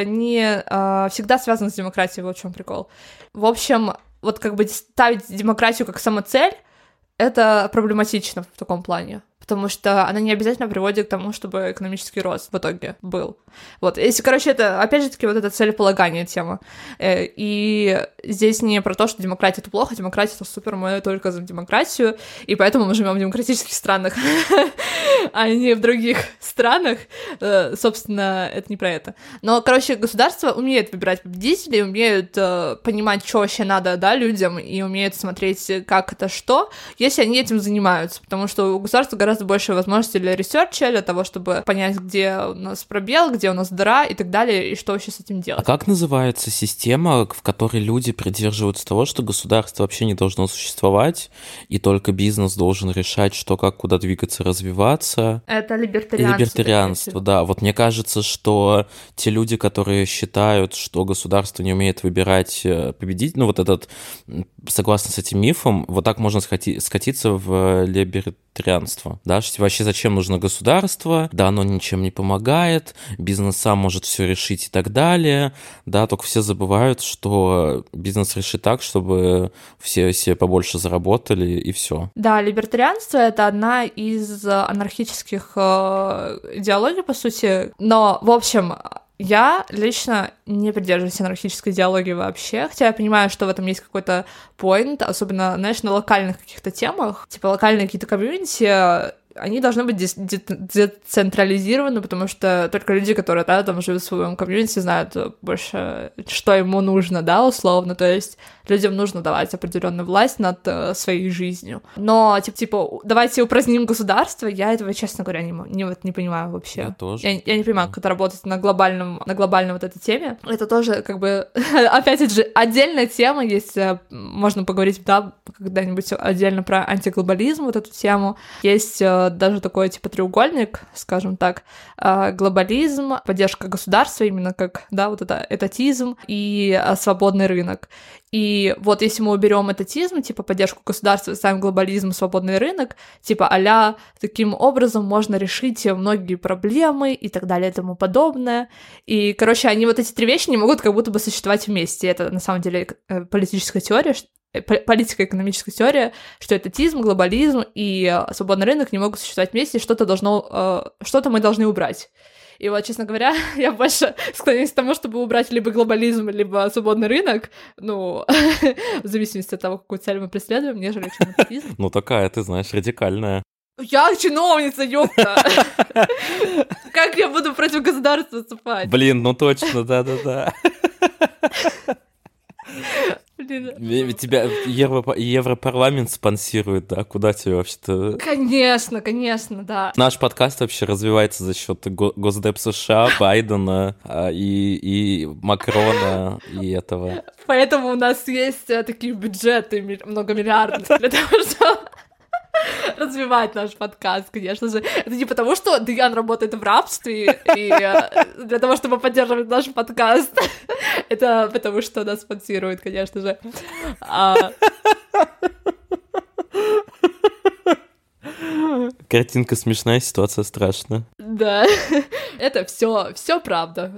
всегда связан с демократией, вот в чем прикол. В общем, вот как бы ставить демократию как самоцель — это проблематично в таком плане, потому что она не обязательно приводит к тому, чтобы экономический рост в итоге был. Вот, если, короче, это, опять же таки, вот эта целеполагание тема. И здесь не про то, что демократия — это плохо, демократия — это супер, мы только за демократию, и поэтому мы живем в демократических странах, а не в других странах. Собственно, это не про это. Но, короче, государство умеет выбирать победителей, умеют понимать, что вообще надо, да, людям, и умеют смотреть, как это что, если они этим занимаются, потому что у государства гораздо больше возможностей для ресерча, для того, чтобы понять, где у нас пробел, где у нас дыра и так далее, и что вообще с этим делать. А как называется система, в которой люди придерживаются того, что государство вообще не должно существовать, и только бизнес должен решать, что, как, куда двигаться, развиваться? Это либертарианство. Либертарианство, да. Вот мне кажется, что те люди, которые считают, что государство не умеет выбирать победителя, ну вот этот, согласно с этим мифом, вот так можно скатиться в либертарианство, да, что вообще зачем нужно государство, да, оно ничем не помогает, бизнес сам может все решить и так далее, да, только все забывают, что бизнес решит так, чтобы все побольше заработали, и все. Да, либертарианство — это одна из анархических идеологий, по сути, но, в общем, я лично не придерживаюсь анархической идеологии вообще, хотя я понимаю, что в этом есть какой-то поинт, особенно, знаешь, на локальных каких-то темах, типа локальные какие-то комьюнити, они должны быть децентрализированы, потому что только люди, которые, да, там живут в своем комьюнити, знают больше, что ему нужно, да, условно, то есть людям нужно давать определенную власть над своей жизнью. Но, типа, давайте упраздним государство, я этого, честно говоря, не понимаю вообще. Я тоже. Я не понимаю, как это работает на глобальной вот этой теме. Это тоже, как бы, опять же, отдельная тема есть, можно поговорить, да, когда-нибудь отдельно про антиглобализм, вот эту тему. Есть даже такой, типа, треугольник, скажем так, глобализм, поддержка государства, именно как, да, вот это этатизм и свободный рынок. И вот если мы уберем этатизм, типа поддержку государства, ставим глобализм, свободный рынок, типа а-ля таким образом можно решить многие проблемы и так далее и тому подобное. И, короче, они вот эти три вещи не могут как будто бы существовать вместе. Это на самом деле политическая теория, политико-экономическая теория, что этатизм, глобализм и свободный рынок не могут существовать вместе, что-то мы должны убрать. И вот, честно говоря, я больше склоняюсь к тому, чтобы убрать либо глобализм, либо свободный рынок, ну, в зависимости от того, какую цель мы преследуем, нежели чем этатизм. Ну, такая, ты знаешь, радикальная. Я чиновница, ёпта! Как я буду против государства выступать? Блин, ну точно, да-да-да. Тебя Европарламент спонсирует, да? Куда тебе вообще-то... Конечно, да. Наш подкаст вообще развивается за счет Госдеп США, Байдена и Макрона и этого. Поэтому у нас есть такие бюджеты многомиллиардные для того, чтобы развивать наш подкаст, конечно же. Это не потому, что Даян работает в рабстве и для того, чтобы поддерживать наш подкаст. Это потому, что нас спонсирует, конечно же. Картинка смешная, ситуация страшная. Да, это все правда.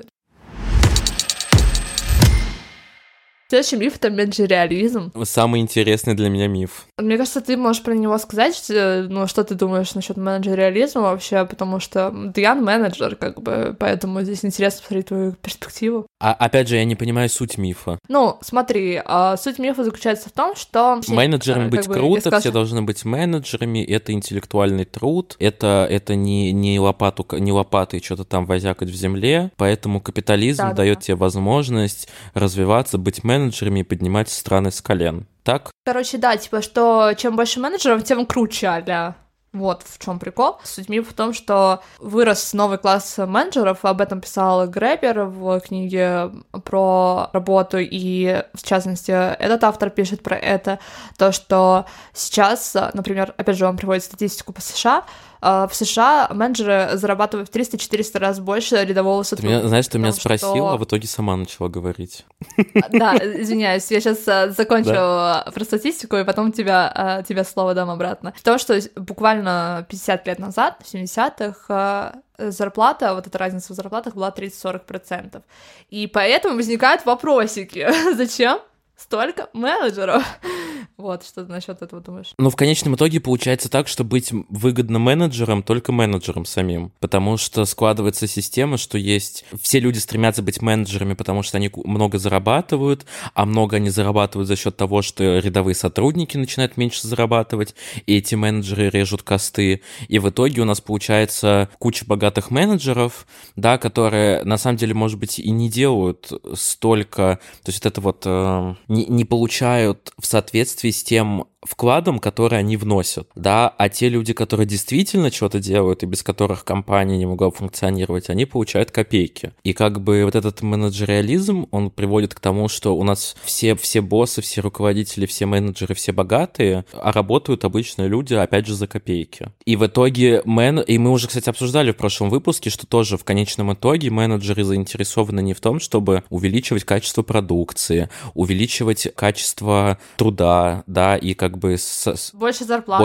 Следующий миф — это менеджериализм. Самый интересный для меня миф. Мне кажется, ты можешь про него сказать, ну, что ты думаешь насчет менеджериализма вообще, потому что я менеджер, как бы, поэтому здесь интересно посмотреть твою перспективу. А опять же, я не понимаю суть мифа. Ну, смотри, суть мифа заключается в том, что... Менеджерами быть круто, сказала, все должны быть менеджерами, это интеллектуальный труд, это не лопатой что-то там возякать в земле, поэтому капитализм дает тебе возможность развиваться, быть менеджерами и поднимать страны с колен. Так? Короче, да, типа, что чем больше менеджеров, тем круче, а-ля. Вот в чем прикол. Суть мифа в том, что вырос новый класс менеджеров, об этом писал Гребер в книге про работу, и, в частности, этот автор пишет про это, то, что сейчас, например, опять же, он приводит статистику по США, в США менеджеры зарабатывают в 300-400 раз больше рядового сотрудника. Знаешь, ты меня спросила, а в итоге сама начала говорить. Да, извиняюсь, я сейчас закончу про статистику, и потом тебе слово дам обратно. То, что буквально 50 лет назад, в 70-х, зарплата, вот эта разница в зарплатах была 30-40%. И поэтому возникают вопросики. Зачем столько менеджеров? Вот, что ты насчет этого думаешь? Ну, в конечном итоге получается так, что быть выгодно менеджером только менеджером самим, потому что складывается система, что есть... Все люди стремятся быть менеджерами, потому что они много зарабатывают, а много они зарабатывают за счет того, что рядовые сотрудники начинают меньше зарабатывать, и эти менеджеры режут косты, и в итоге у нас получается куча богатых менеджеров, да, которые на самом деле, может быть, и не делают столько... То есть вот это вот не получают в соответствии с тем вкладом, который они вносят, да, а те люди, которые действительно что-то делают и без которых компания не могла функционировать, они получают копейки. И как бы вот этот менеджериализм, он приводит к тому, что у нас все боссы, все руководители, все менеджеры, все богатые, а работают обычные люди, опять же, за копейки. И в итоге и мы уже, кстати, обсуждали в прошлом выпуске, что тоже в конечном итоге менеджеры заинтересованы не в том, чтобы увеличивать качество продукции, увеличивать качество труда, да, и как бы больше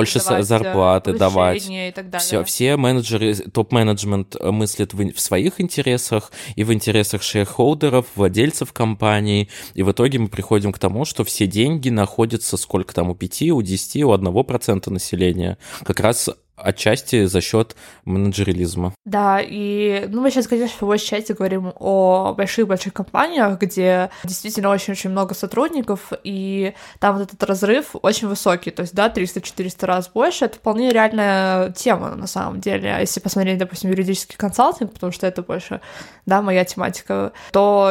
зарплаты давать и так далее. Все менеджеры, топ-менеджмент мыслят в своих интересах и в интересах шейрхолдеров, владельцев компаний, и в итоге мы приходим к тому, что все деньги находятся сколько там, у 5, у 10, у 1% населения, как раз отчасти за счет менеджерилизма. Да, и мы сейчас, конечно, в большей части говорим о больших-больших компаниях, где действительно очень-очень много сотрудников, и там вот этот разрыв очень высокий, то есть, да, 300-400 раз больше, это вполне реальная тема на самом деле. Если посмотреть, допустим, юридический консалтинг, потому что это больше, да, моя тематика, то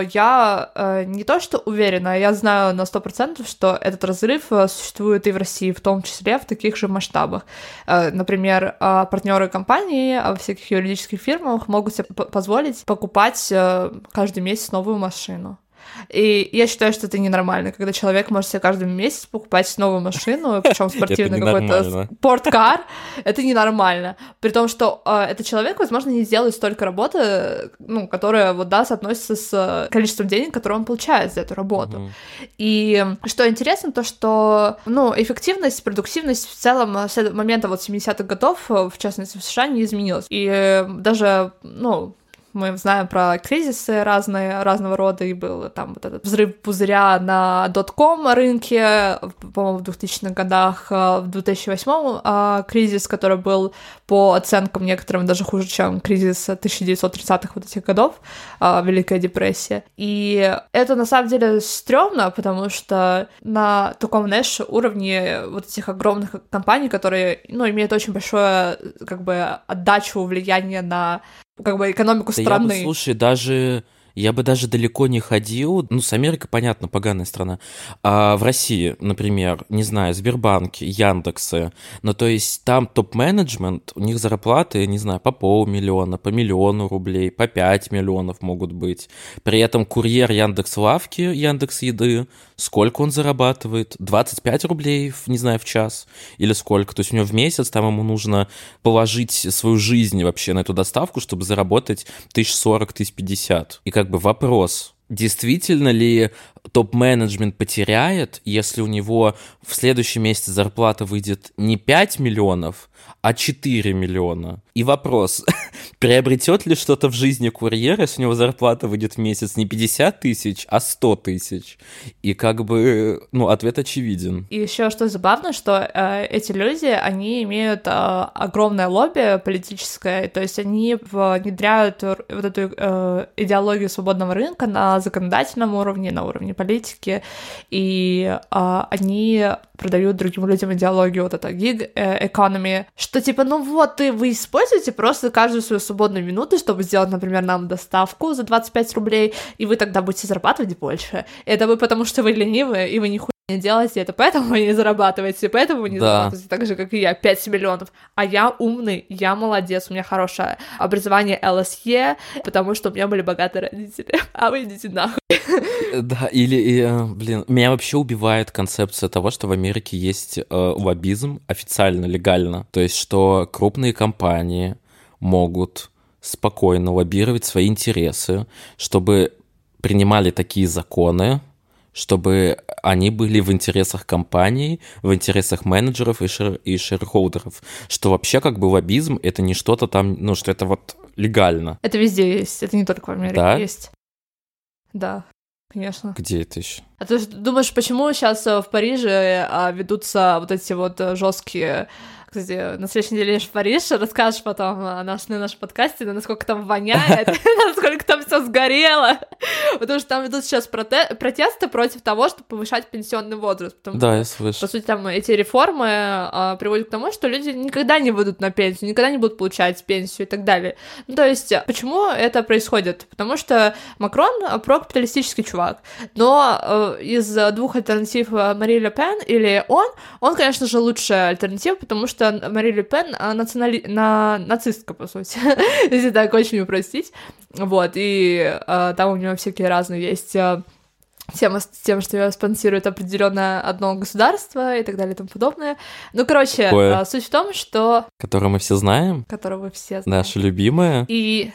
я не то что уверена, я знаю на 100%, что этот разрыв существует и в России, в том числе в таких же масштабах. Например, партнеры компании в всяких юридических фирмах могут себе позволить покупать каждый месяц новую машину. И я считаю, что это ненормально, когда человек может себе каждый месяц покупать новую машину, причем спортивный какой-то спорткар, это ненормально. При том, что этот человек, возможно, не сделает столько работы, ну, которая вот, да, соотносится с количеством денег, которые он получает за эту работу. И что интересно, то, что, ну, эффективность, продуктивность в целом с момента вот 70-х годов, в частности, в США, не изменилась. И даже, ну, мы знаем про кризисы разного рода, и был там вот этот взрыв пузыря на дотком рынке, по-моему, в 2000-х годах, в 2008-м кризис, который был, по оценкам некоторым, даже хуже, чем кризис 1930-х вот этих годов, Великая депрессия. И это, на самом деле, стрёмно, потому что на таком, знаешь, уровне вот этих огромных компаний, которые, ну, имеют очень большое, как бы, отдачу, влияние на, как бы, экономику страны. Слушай, я бы даже далеко не ходил. Ну, с Америкой, понятно, поганая страна. А в России, например, не знаю, Сбербанки, Яндексы, ну, то есть там топ-менеджмент, у них зарплаты, не знаю, по 500 000, по 1 000 000 рублей, по 5 миллионов могут быть. При этом курьер Яндекс.Лавки, Яндекс.Еды, сколько он зарабатывает? 25 рублей, не знаю, в час? Или сколько? То есть у него в месяц там ему нужно положить свою жизнь вообще на эту доставку, чтобы заработать 1040-1050. И как бы вопрос, действительно ли топ-менеджмент потеряет, если у него в следующем месяце зарплата выйдет не 5 миллионов, а 4 миллиона? И вопрос, Приобретет ли что-то в жизни курьер, если у него зарплата выйдет в месяц не 50 тысяч, а 100 тысяч? И как бы, ответ очевиден. И еще что забавно, что эти люди, они имеют огромное лобби политическое, то есть они внедряют вот эту идеологию свободного рынка на законодательном уровне, на уровне политики, и они продают другим людям идеологию вот это gig economy, что типа, вы используете просто каждую свою свободную минуту, чтобы сделать, например, нам доставку за 25 рублей, и вы тогда будете зарабатывать больше. Это вы потому, что вы ленивые, и вы нихуя не делаете это, поэтому вы не зарабатываете, поэтому вы не зарабатываете так же, как и я, 5 миллионов. А я умный, я молодец, у меня хорошее образование ЛСЕ, потому что у меня были богатые родители. А вы идите нахуй. Да, меня вообще убивает концепция того, что в Америке есть лоббизм официально, легально. То есть, что крупные компании могут спокойно лоббировать свои интересы, чтобы принимали такие законы, чтобы они были в интересах компаний, в интересах менеджеров и шерхолдеров. Что вообще как бы лоббизм — это не что-то там, что это вот легально. Это везде есть, это не только в Америке есть. Да, конечно. Где это еще? А ты думаешь, почему сейчас в Париже ведутся вот эти вот жесткие... Кстати, на следующей неделе едешь в Париж, расскажешь потом на нашем подкасте, насколько там воняет, насколько там все сгорело, потому что там идут сейчас протесты против того, чтобы повышать пенсионный возраст. Да, я слышу. По сути, там эти реформы приводят к тому, что люди никогда не выйдут на пенсию, никогда не будут получать пенсию и так далее. То есть, почему это происходит? Потому что Макрон прокапиталистический чувак, но из двух альтернатив Мари Ле Пен или он, конечно же, лучшая альтернатива, потому что Мари Ле Пен нацистка, по сути, если так очень упростить, вот, и там у нее всякие разные есть тема с тем, что ее спонсирует определенное одно государство и так далее и тому подобное. Короче, суть в том, что... Которое мы все знаем? Которое вы все знаете. Наша любимая? И...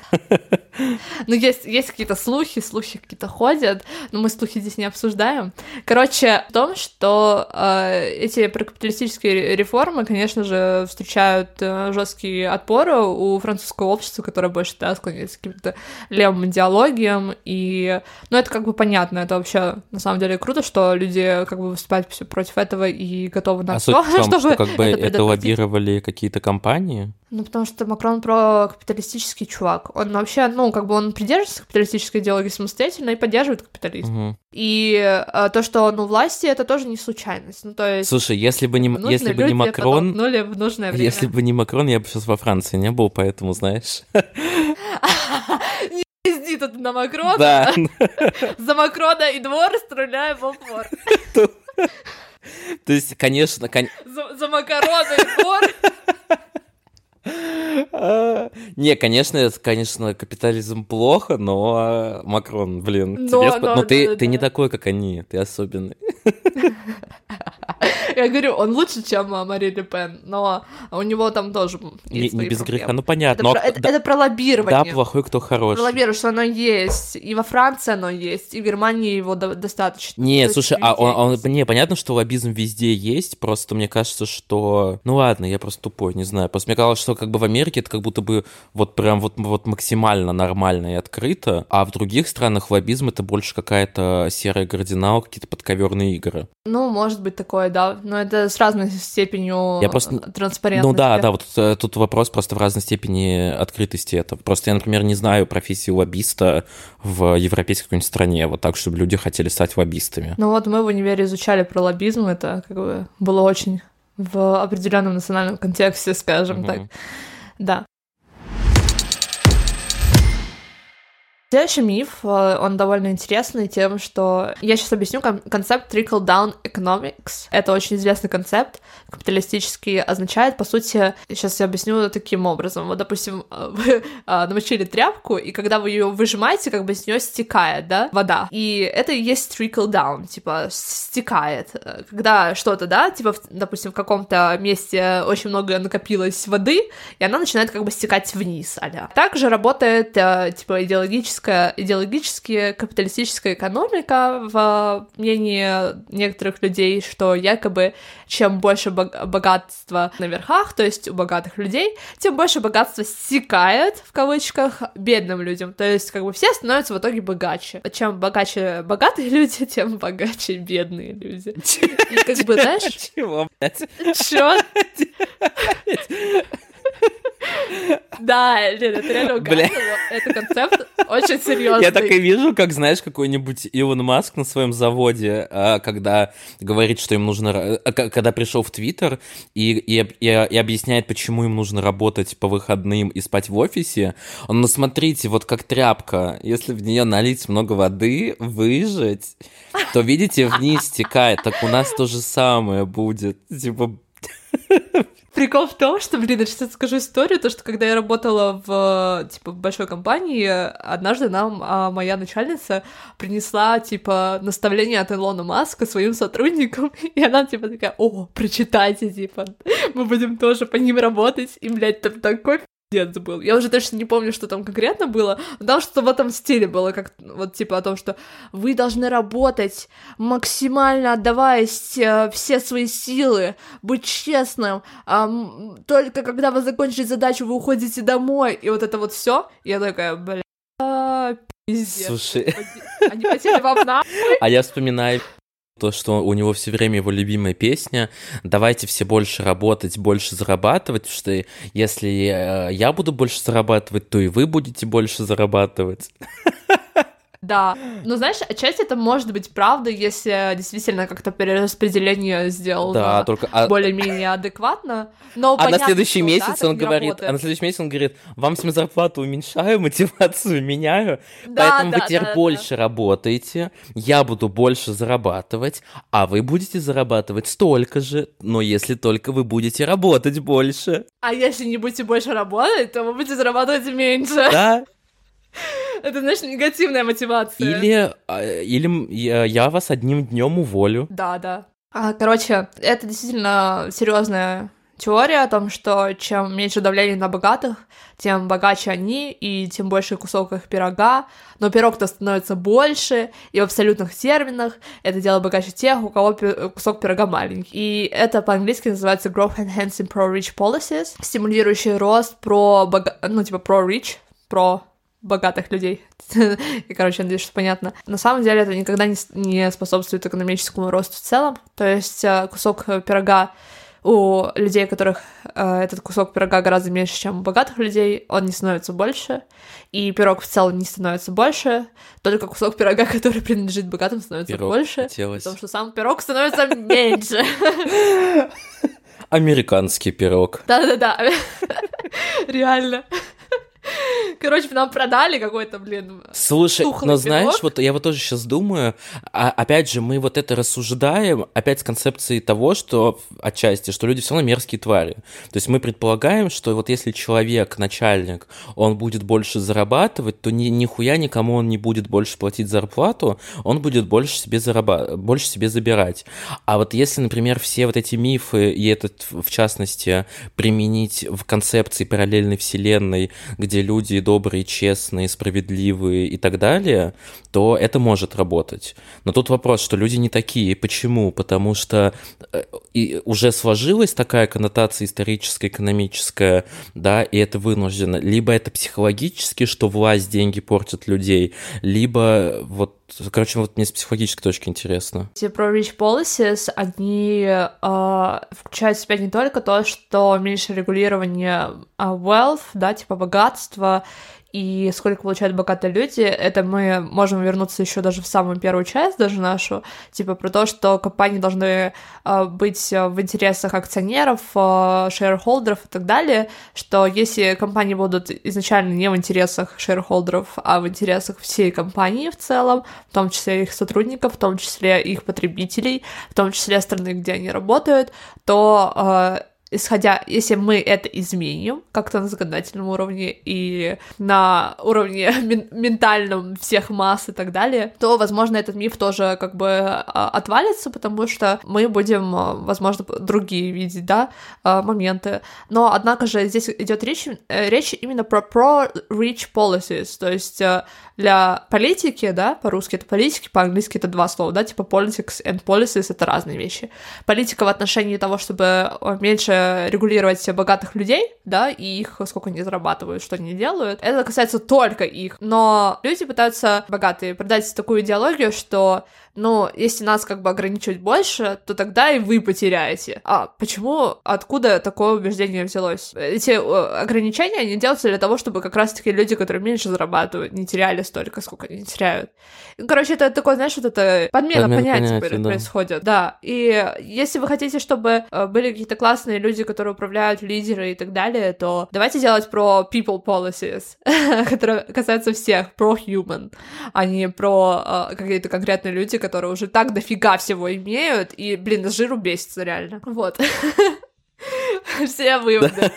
есть какие-то слухи какие-то ходят, но мы слухи здесь не обсуждаем. Короче, в том, что эти прокапиталистические реформы, конечно же, встречают жесткий отпор у французского общества, которое больше склоняется к каким-то левым идеологиям, и... это как бы понятно, это вообще на самом деле круто, что люди как бы выступают против этого и готовы на все, чтобы что как бы это лоббировали какие-то компании? Потому что Макрон прокапиталистический чувак. Он вообще, он придерживается капиталистической идеологии самостоятельно и поддерживает капитализм. Угу. И то, что он у власти, это тоже не случайность. То есть... Слушай, если бы не Макрон... в нужное время. Если бы не Макрон, я бы сейчас во Франции не был, поэтому, знаешь... Пизди тут на Макрона. Да. За Макрона и двор стреляем в упор. То есть, конечно... За Макрона и двор... Не, конечно, капитализм плохо, но Макрон, ты не такой, как они, ты особенный. Я говорю, он лучше, чем Мари Ле Пен, но у него там тоже есть не без проблемы. греха, понятно. Это про лоббирование. Да, плохой, кто хороший. Про лоббирование, что оно есть, и во Франции оно есть, и в Германии его достаточно. Не, слушай, понятно, что лоббизм везде есть, просто мне кажется, что... ладно, я просто тупой, не знаю. Просто мне казалось, что как бы в Америке это как будто бы прям максимально нормально и открыто, а в других странах лоббизм — это больше какая-то серая гордина, какие-то подковерные игры. Может быть такое, да, но это с разной степенью транспарентности. Да, тут вопрос просто в разной степени открытости этого. Просто я, например, не знаю профессии лоббиста в европейской какой-нибудь стране, вот так, чтобы люди хотели стать лоббистами. Мы в универе изучали про лоббизм, это как бы было очень в определенном национальном контексте, скажем так. Да. Следующий миф, он довольно интересный тем, что... Я сейчас объясню концепт trickle-down economics. Это очень известный концепт, капиталистический, означает, по сути... Сейчас я объясню таким образом. Вот, допустим, вы намочили тряпку, и когда вы ее выжимаете, как бы с нее стекает, да, вода. И это и есть trickle-down, типа, стекает. Когда что-то, да, типа, допустим, в каком-то месте очень много накопилось воды, и она начинает как бы стекать вниз, а-ля. Также работает, типа, идеологически идеологически капиталистическая экономика, в мнении некоторых людей, что якобы чем больше богатства на верхах, то есть у богатых людей, тем больше богатства стекает, в кавычках, бедным людям. То есть как бы все становятся в итоге богаче. Чем богаче богатые люди, тем богаче бедные люди. И как бы, знаешь... Чего, блядь? Чё? Да, Лен, это реально угадывало. Это концепт очень серьезный. Я так и вижу, как, знаешь, какой-нибудь Илон Маск на своем заводе, когда говорит, что им нужно... Когда пришел в Твиттер и объясняет, почему им нужно работать по выходным и спать в офисе, он, ну, смотрите, вот как тряпка, если в нее налить много воды, выжать, то, видите, вниз стекает. Так у нас то же самое будет. Типа... Прикол в том, что, блин, я сейчас скажу историю, то, что когда я работала в, типа, большой компании, однажды нам моя начальница принесла, типа, наставление от Илона Маска своим сотрудникам, и она, типа, такая: о, прочитайте, типа, мы будем тоже по ним работать, и, блядь, там такой пиздец был. Я уже точно не помню, что там конкретно было, но там что-то в этом стиле было, как, вот, типа, о том, что вы должны работать максимально, отдавая все свои силы, быть честным, только когда вы закончите задачу, вы уходите домой, и вот это вот все. Я такая: бля, пиздец. Слушай, они хотели вам нахуй? а я вспоминаю то, что у него все время его любимая песня: давайте все больше работать, больше зарабатывать, потому что если я буду больше зарабатывать, то и вы будете больше зарабатывать. Да, но знаешь, отчасти это может быть правда, если действительно как-то перераспределение сделано, да, только, более-менее адекватно. Но а понятно, на следующий что, месяц да, он говорит, вам всем зарплату уменьшаю, мотивацию меняю, поэтому вы теперь больше работаете, я буду больше зарабатывать, а вы будете зарабатывать столько же, но если только вы будете работать больше. А если не будете больше работать, то вы будете зарабатывать меньше. Да. Это, знаешь, негативная мотивация. Или я вас одним днем уволю. Да. Короче, это действительно серьезная теория о том, что чем меньше давления на богатых, тем богаче они, и тем больше кусок их пирога. Но пирог-то становится больше, и в абсолютных терминах это дело богаче тех, у кого кусок пирога маленький. И это по-английски называется Growth Enhancing Pro-Rich Policies, стимулирующий рост про богатых людей. И, короче, надеюсь, что понятно. На самом деле это никогда не способствует экономическому росту в целом. То есть кусок пирога у людей, у которых этот кусок пирога гораздо меньше, чем у богатых людей, он не становится больше, и пирог в целом не становится больше, только кусок пирога, который принадлежит богатым, становится больше, потому что сам пирог становится меньше. Американский пирог. Да, реально. Короче, нам продали какой-то, блин, слушай, тухлый но знаешь, пирог. вот я вот тоже сейчас думаю, опять же, мы вот это рассуждаем, опять с концепцией того, что отчасти, что люди все равно мерзкие твари. То есть мы предполагаем, что вот если человек, начальник, он будет больше зарабатывать, то нихуя никому он не будет больше платить зарплату, он будет больше себе забирать. А вот если, например, все вот эти мифы, и этот, в частности, применить в концепции параллельной вселенной, где люди добрые, честные, справедливые и так далее, то это может работать. Но тут вопрос, что люди не такие. Почему? Потому что уже сложилась такая коннотация историческая, экономическая, да, и это вынуждено. Либо это психологически, что власть, деньги портят людей, либо вот, короче, вот мне с психологической точки интересно. Эти pro-rich policies, они включают в себя не только то, что меньше регулирования wealth, да, типа богатства, и сколько получают богатые люди, это мы можем вернуться еще даже в самую первую часть, даже нашу, типа про то, что компании должны быть в интересах акционеров, шерхолдеров и так далее, что если компании будут изначально не в интересах шерхолдеров, а в интересах всей компании в целом, в том числе их сотрудников, в том числе их потребителей, в том числе страны, где они работают, то если мы это изменим как-то на законодательном уровне и на уровне ментальном всех масс и так далее, то, возможно, этот миф тоже как бы отвалится, потому что мы будем, возможно, другие видеть, да, моменты. Но, однако же, здесь идет речь именно про rich policies, то есть для политики, да, по-русски это политики, по-английски это два слова, да, типа politics and policies — это разные вещи. Политика в отношении того, чтобы меньше регулировать богатых людей, да, и их, сколько они зарабатывают, что они делают, это касается только их. Но люди пытаются, богатые, продать такую идеологию, что, ну, если нас как бы ограничивать больше, то тогда и вы потеряете. А почему, откуда такое убеждение взялось? Эти ограничения, они делаются для того, чтобы как раз-таки люди, которые меньше зарабатывают, не теряли столько, сколько они теряют. Ну, короче, это такое, знаешь, вот это подмена понятий происходит. Да. И если вы хотите, чтобы были какие-то классные люди, которые управляют, лидеры и так далее, то давайте делать про people policies, которые касаются всех, про human, а не про какие-то конкретные люди, которые уже так дофига всего имеют, и, блин, с жиру бесится реально. Вот. Все выводы.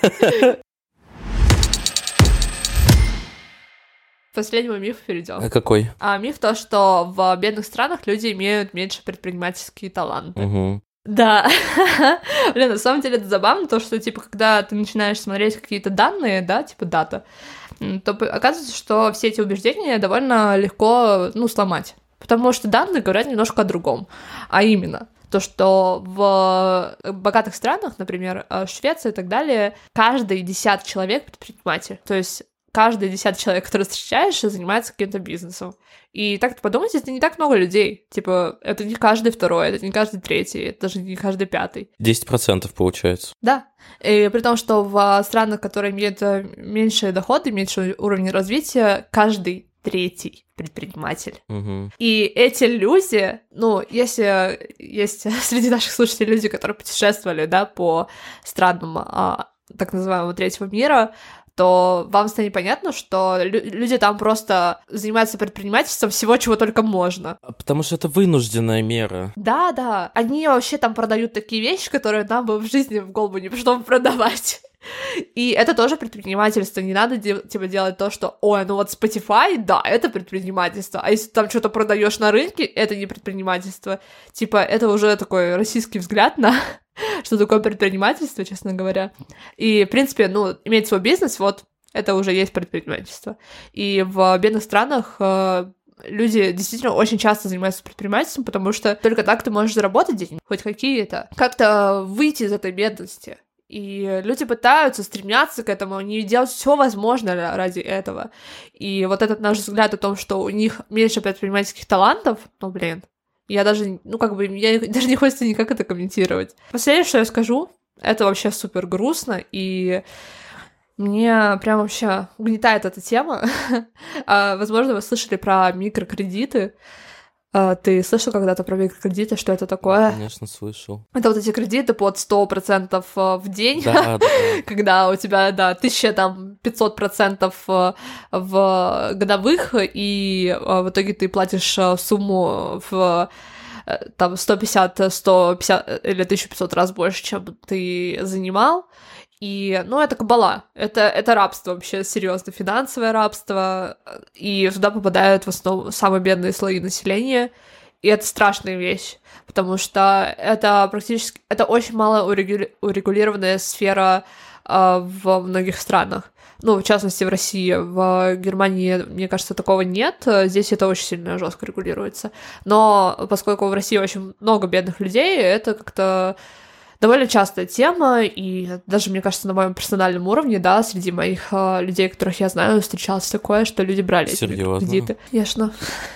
К последнему мифу перейдем. А какой? Миф то, что в бедных странах люди имеют меньше предпринимательские таланты. Угу. Да. Блин, на самом деле это забавно, то, что, типа, когда ты начинаешь смотреть какие-то данные, да, типа дата, то оказывается, что все эти убеждения довольно легко, ну, сломать. Потому что данные говорят немножко о другом. А именно, то, что в богатых странах, например, Швеция и так далее, каждый 10-й человек предприниматель. То есть каждый 10-й человек, который встречаешь, занимается каким-то бизнесом. И так подумайте, это не так много людей. Типа, это не каждый второй, это не каждый третий, это даже не каждый пятый. 10% получается. Да. И при том, что в странах, которые имеют меньшие доходы, меньший уровень развития, каждый третий предприниматель. Угу. И эти люди, ну, если есть среди наших слушателей люди, которые путешествовали, да, по странам так называемого третьего мира, то вам станет понятно, что люди там просто занимаются предпринимательством всего, чего только можно. Потому что это вынужденная мера. Да, они вообще там продают такие вещи, которые нам бы в жизни в голову не пришло бы продавать. И это тоже предпринимательство. Не надо типа делать то, что, ой, ну вот Spotify, да, это предпринимательство. А если ты там что-то продаешь на рынке, это не предпринимательство. Типа, это уже такой российский взгляд на что такое предпринимательство, честно говоря. И, в принципе, ну, иметь свой бизнес, вот, это уже есть предпринимательство. И в бедных странах люди действительно очень часто занимаются предпринимательством, потому что только так ты можешь заработать деньги, хоть какие-то, как-то выйти из этой бедности. И люди пытаются, стремятся к этому, они делают все возможное ради этого. И вот этот наш взгляд о том, что у них меньше предпринимательских талантов, ну, блин, я даже, ну, как бы, мне даже не хочется никак это комментировать. Последнее, что я скажу, это вообще супер грустно, и мне прям вообще угнетает эта тема. Возможно, вы слышали про микрокредиты. Ты слышал когда-то про микрокредиты, что это такое? Конечно, слышал. Это вот эти кредиты под 100% в день, да. когда у тебя, да, 1500% в годовых, и в итоге ты платишь сумму в там 150 или 1500 раз больше, чем ты занимал. И, ну, это кабала, это рабство вообще, серьезно, финансовое рабство, и туда попадают в основном самые бедные слои населения, и это страшная вещь, потому что это практически, это очень мало урегулированная сфера во многих странах. Ну, в частности, в России, в Германии, мне кажется, такого нет. Здесь это очень сильно жестко регулируется. Но поскольку в России очень много бедных людей, это как-то довольно частая тема, и даже, мне кажется, на моем персональном уровне, да, среди моих людей, которых я знаю, встречалось такое, что люди брали эти кредиты. Конечно.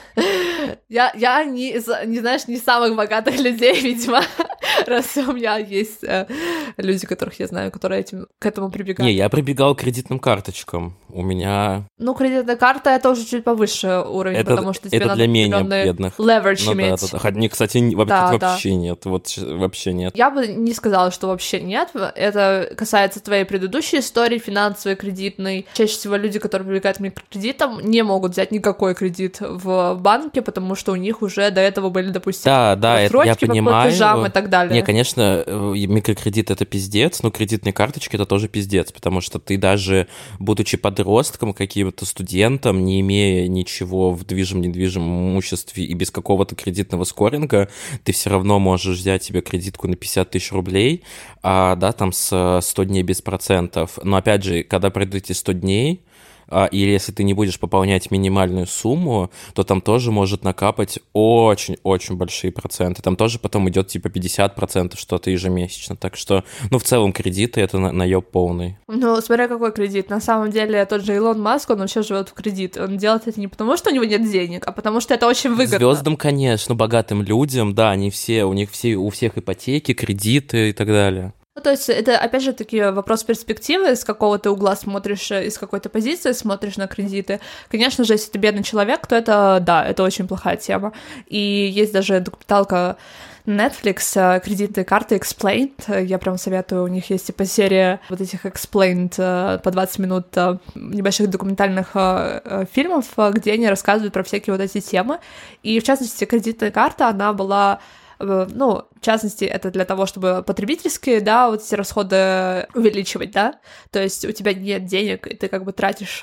Я не, знаешь, не самых богатых людей, видимо, раз у меня есть люди, которых я знаю, которые к этому прибегают. Не, я прибегал к кредитным карточкам. У меня... Ну, кредитная карта — это уже чуть повыше уровень, потому что тебе надо для менее бедных. Leverage иметь. Да. Они, кстати, вообще нет. Вот вообще нет. Я бы не сказала, что вообще нет. Это касается твоей предыдущей истории, финансовой, кредитной. Чаще всего люди, которые привлекают к микрокредитам, не могут взять никакой кредит в банке, потому что у них уже до этого были, допустим, Да, это я рассрочки по понимаю. платежам и так далее. Не, конечно, микрокредит — это пиздец, но кредитные карточки — это тоже пиздец, потому что ты даже, будучи подростком, каким-то студентом, не имея ничего в движимом-недвижимом имуществе и без какого-то кредитного скоринга, ты все равно можешь взять себе кредитку на 50 тысяч рублей, да, там с 100 дней без процентов. Но опять же, когда пройдут эти 100 дней, или если ты не будешь пополнять минимальную сумму, то там тоже может накапать очень-очень большие проценты. Там тоже потом идет типа 50% что-то ежемесячно. Так что, ну, в целом кредиты — это наеб полный. Ну, смотря какой кредит. На самом деле, тот же Илон Маск, он вообще живет в кредит. Он делает это не потому, что у него нет денег, а потому что это очень выгодно. Звездам, конечно, богатым людям, да, они все, у всех ипотеки, кредиты и так далее. Ну, то есть это, опять же, таки вопрос перспективы, с какого ты угла смотришь, из какой-то позиции смотришь на кредиты. Конечно же, если ты бедный человек, то это, да, это очень плохая тема. И есть даже документалка Netflix, кредитные карты Explained. Я прям советую, у них есть типа серия вот этих Explained по 20 минут небольших документальных фильмов, где они рассказывают про всякие вот эти темы. И, в частности, кредитная карта, она была... Ну, в частности, это для того, чтобы потребительские, да, вот эти расходы увеличивать, да, то есть у тебя нет денег, и ты как бы тратишь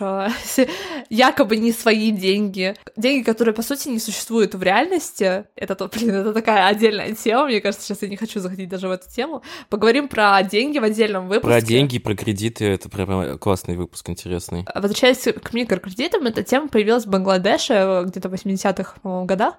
якобы не свои деньги, которые, по сути, не существуют в реальности. Это такая отдельная тема, мне кажется, сейчас я не хочу заходить даже в эту тему. Поговорим про деньги в отдельном выпуске. Про деньги, про кредиты, это прям классный выпуск, интересный. Возвращаясь к микрокредитам, эта тема появилась в Бангладеше где-то в 80-х, по-моему, годах,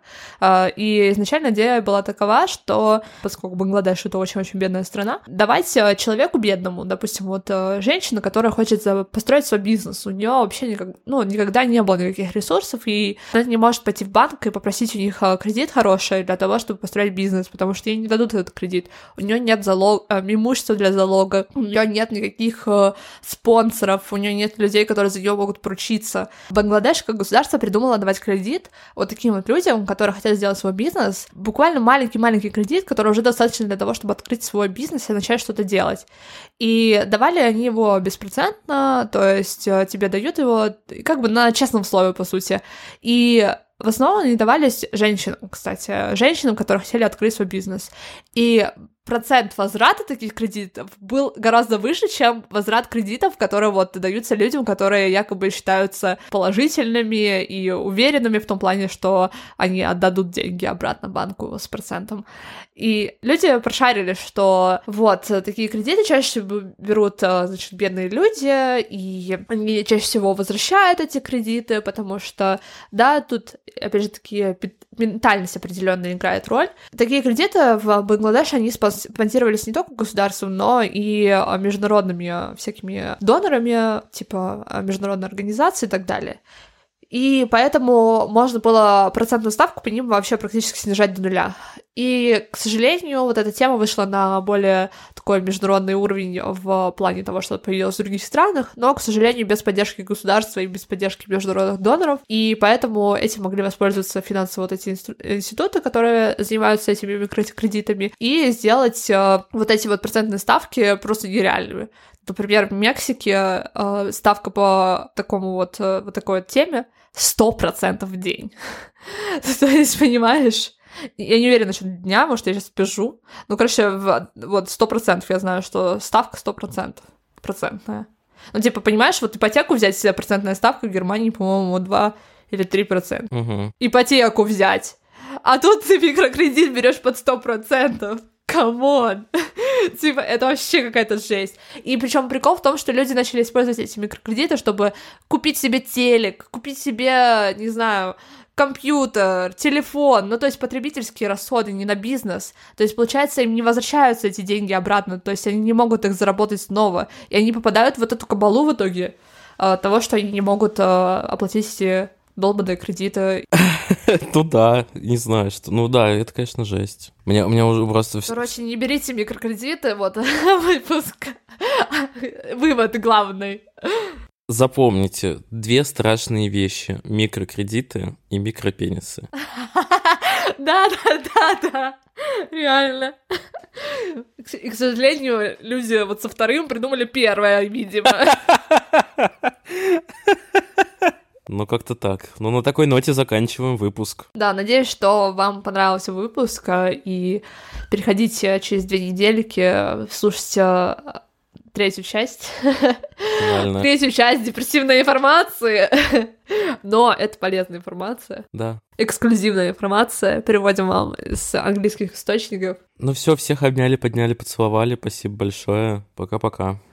и изначально идея была такова, что поскольку Бангладеш — это очень-очень бедная страна, давать человеку бедному, допустим, вот женщина, которая хочет построить свой бизнес, у нее вообще никогда не было никаких ресурсов, и она не может пойти в банк и попросить у них кредит хороший для того, чтобы построить бизнес, потому что ей не дадут этот кредит. У нее нет имущества для залога, у нее нет никаких спонсоров, у нее нет людей, которые за нее могут поручиться. Бангладеш как государство придумало давать кредит вот таким вот людям, которые хотят сделать свой бизнес, буквально маленький кредит, который уже достаточно для того, чтобы открыть свой бизнес и начать что-то делать. И давали они его беспроцентно, то есть тебе дают его как бы на честном слове, по сути. И в основном они давались женщинам, кстати, которые хотели открыть свой бизнес. И процент возврата таких кредитов был гораздо выше, чем возврат кредитов, которые вот даются людям, которые якобы считаются положительными и уверенными в том плане, что они отдадут деньги обратно банку с процентом. И люди прошарили, что вот такие кредиты чаще всего берут, значит, бедные люди, и они чаще всего возвращают эти кредиты, потому что, да, тут, опять же, такие ментальность определенная играет роль. Такие кредиты в Бангладеше, они спонсировались не только государством, но и международными всякими донорами, типа международной организации и так далее. И поэтому можно было процентную ставку по ним вообще практически снижать до нуля. И, к сожалению, вот эта тема вышла на более такой международный уровень в плане того, что появилось в других странах, но, к сожалению, без поддержки государства и без поддержки международных доноров, и поэтому этим могли воспользоваться финансовые вот эти институты, которые занимаются этими микрокредитами, и сделать вот эти вот процентные ставки просто нереальными. Например, в Мексике ставка по такому вот такой вот теме 100% в день. То есть, понимаешь? Я не уверена насчет дня, может, я сейчас спешу. Ну, короче, вот 100% я знаю, что ставка 100% процентная. Ну, типа, понимаешь, вот ипотеку взять, процентная ставка в Германии, по-моему, 2 или 3%. Угу. Ипотеку взять. А тут ты микрокредит берешь под 100%. Камон! Типа, это вообще какая-то жесть. И причем прикол в том, что люди начали использовать эти микрокредиты, чтобы купить себе телек, купить себе, не знаю, компьютер, телефон, ну, то есть потребительские расходы, не на бизнес. То есть, получается, им не возвращаются эти деньги обратно, то есть они не могут их заработать снова, и они попадают в вот эту кабалу в итоге того, что они не могут оплатить эти долбанные кредиты. Ну да, не знаю, что... Ну да, это, конечно, жесть. У меня уже просто... Короче, не берите микрокредиты, вот, выпуск. Вывод главный. Запомните, 2 страшные вещи. Микрокредиты и микропенисы. Да, реально. И, к сожалению, люди вот со вторым придумали первое, видимо. Ну, как-то так. Ну, на такой ноте заканчиваем выпуск. Да, надеюсь, что вам понравился выпуск, и переходите через 2 недельки, слушайте третью часть. Финально. Третью часть депрессивной информации. Но это полезная информация. Да. Эксклюзивная информация. Переводим вам с английских источников. Ну все, всех обняли, подняли, поцеловали. Спасибо большое. Пока-пока.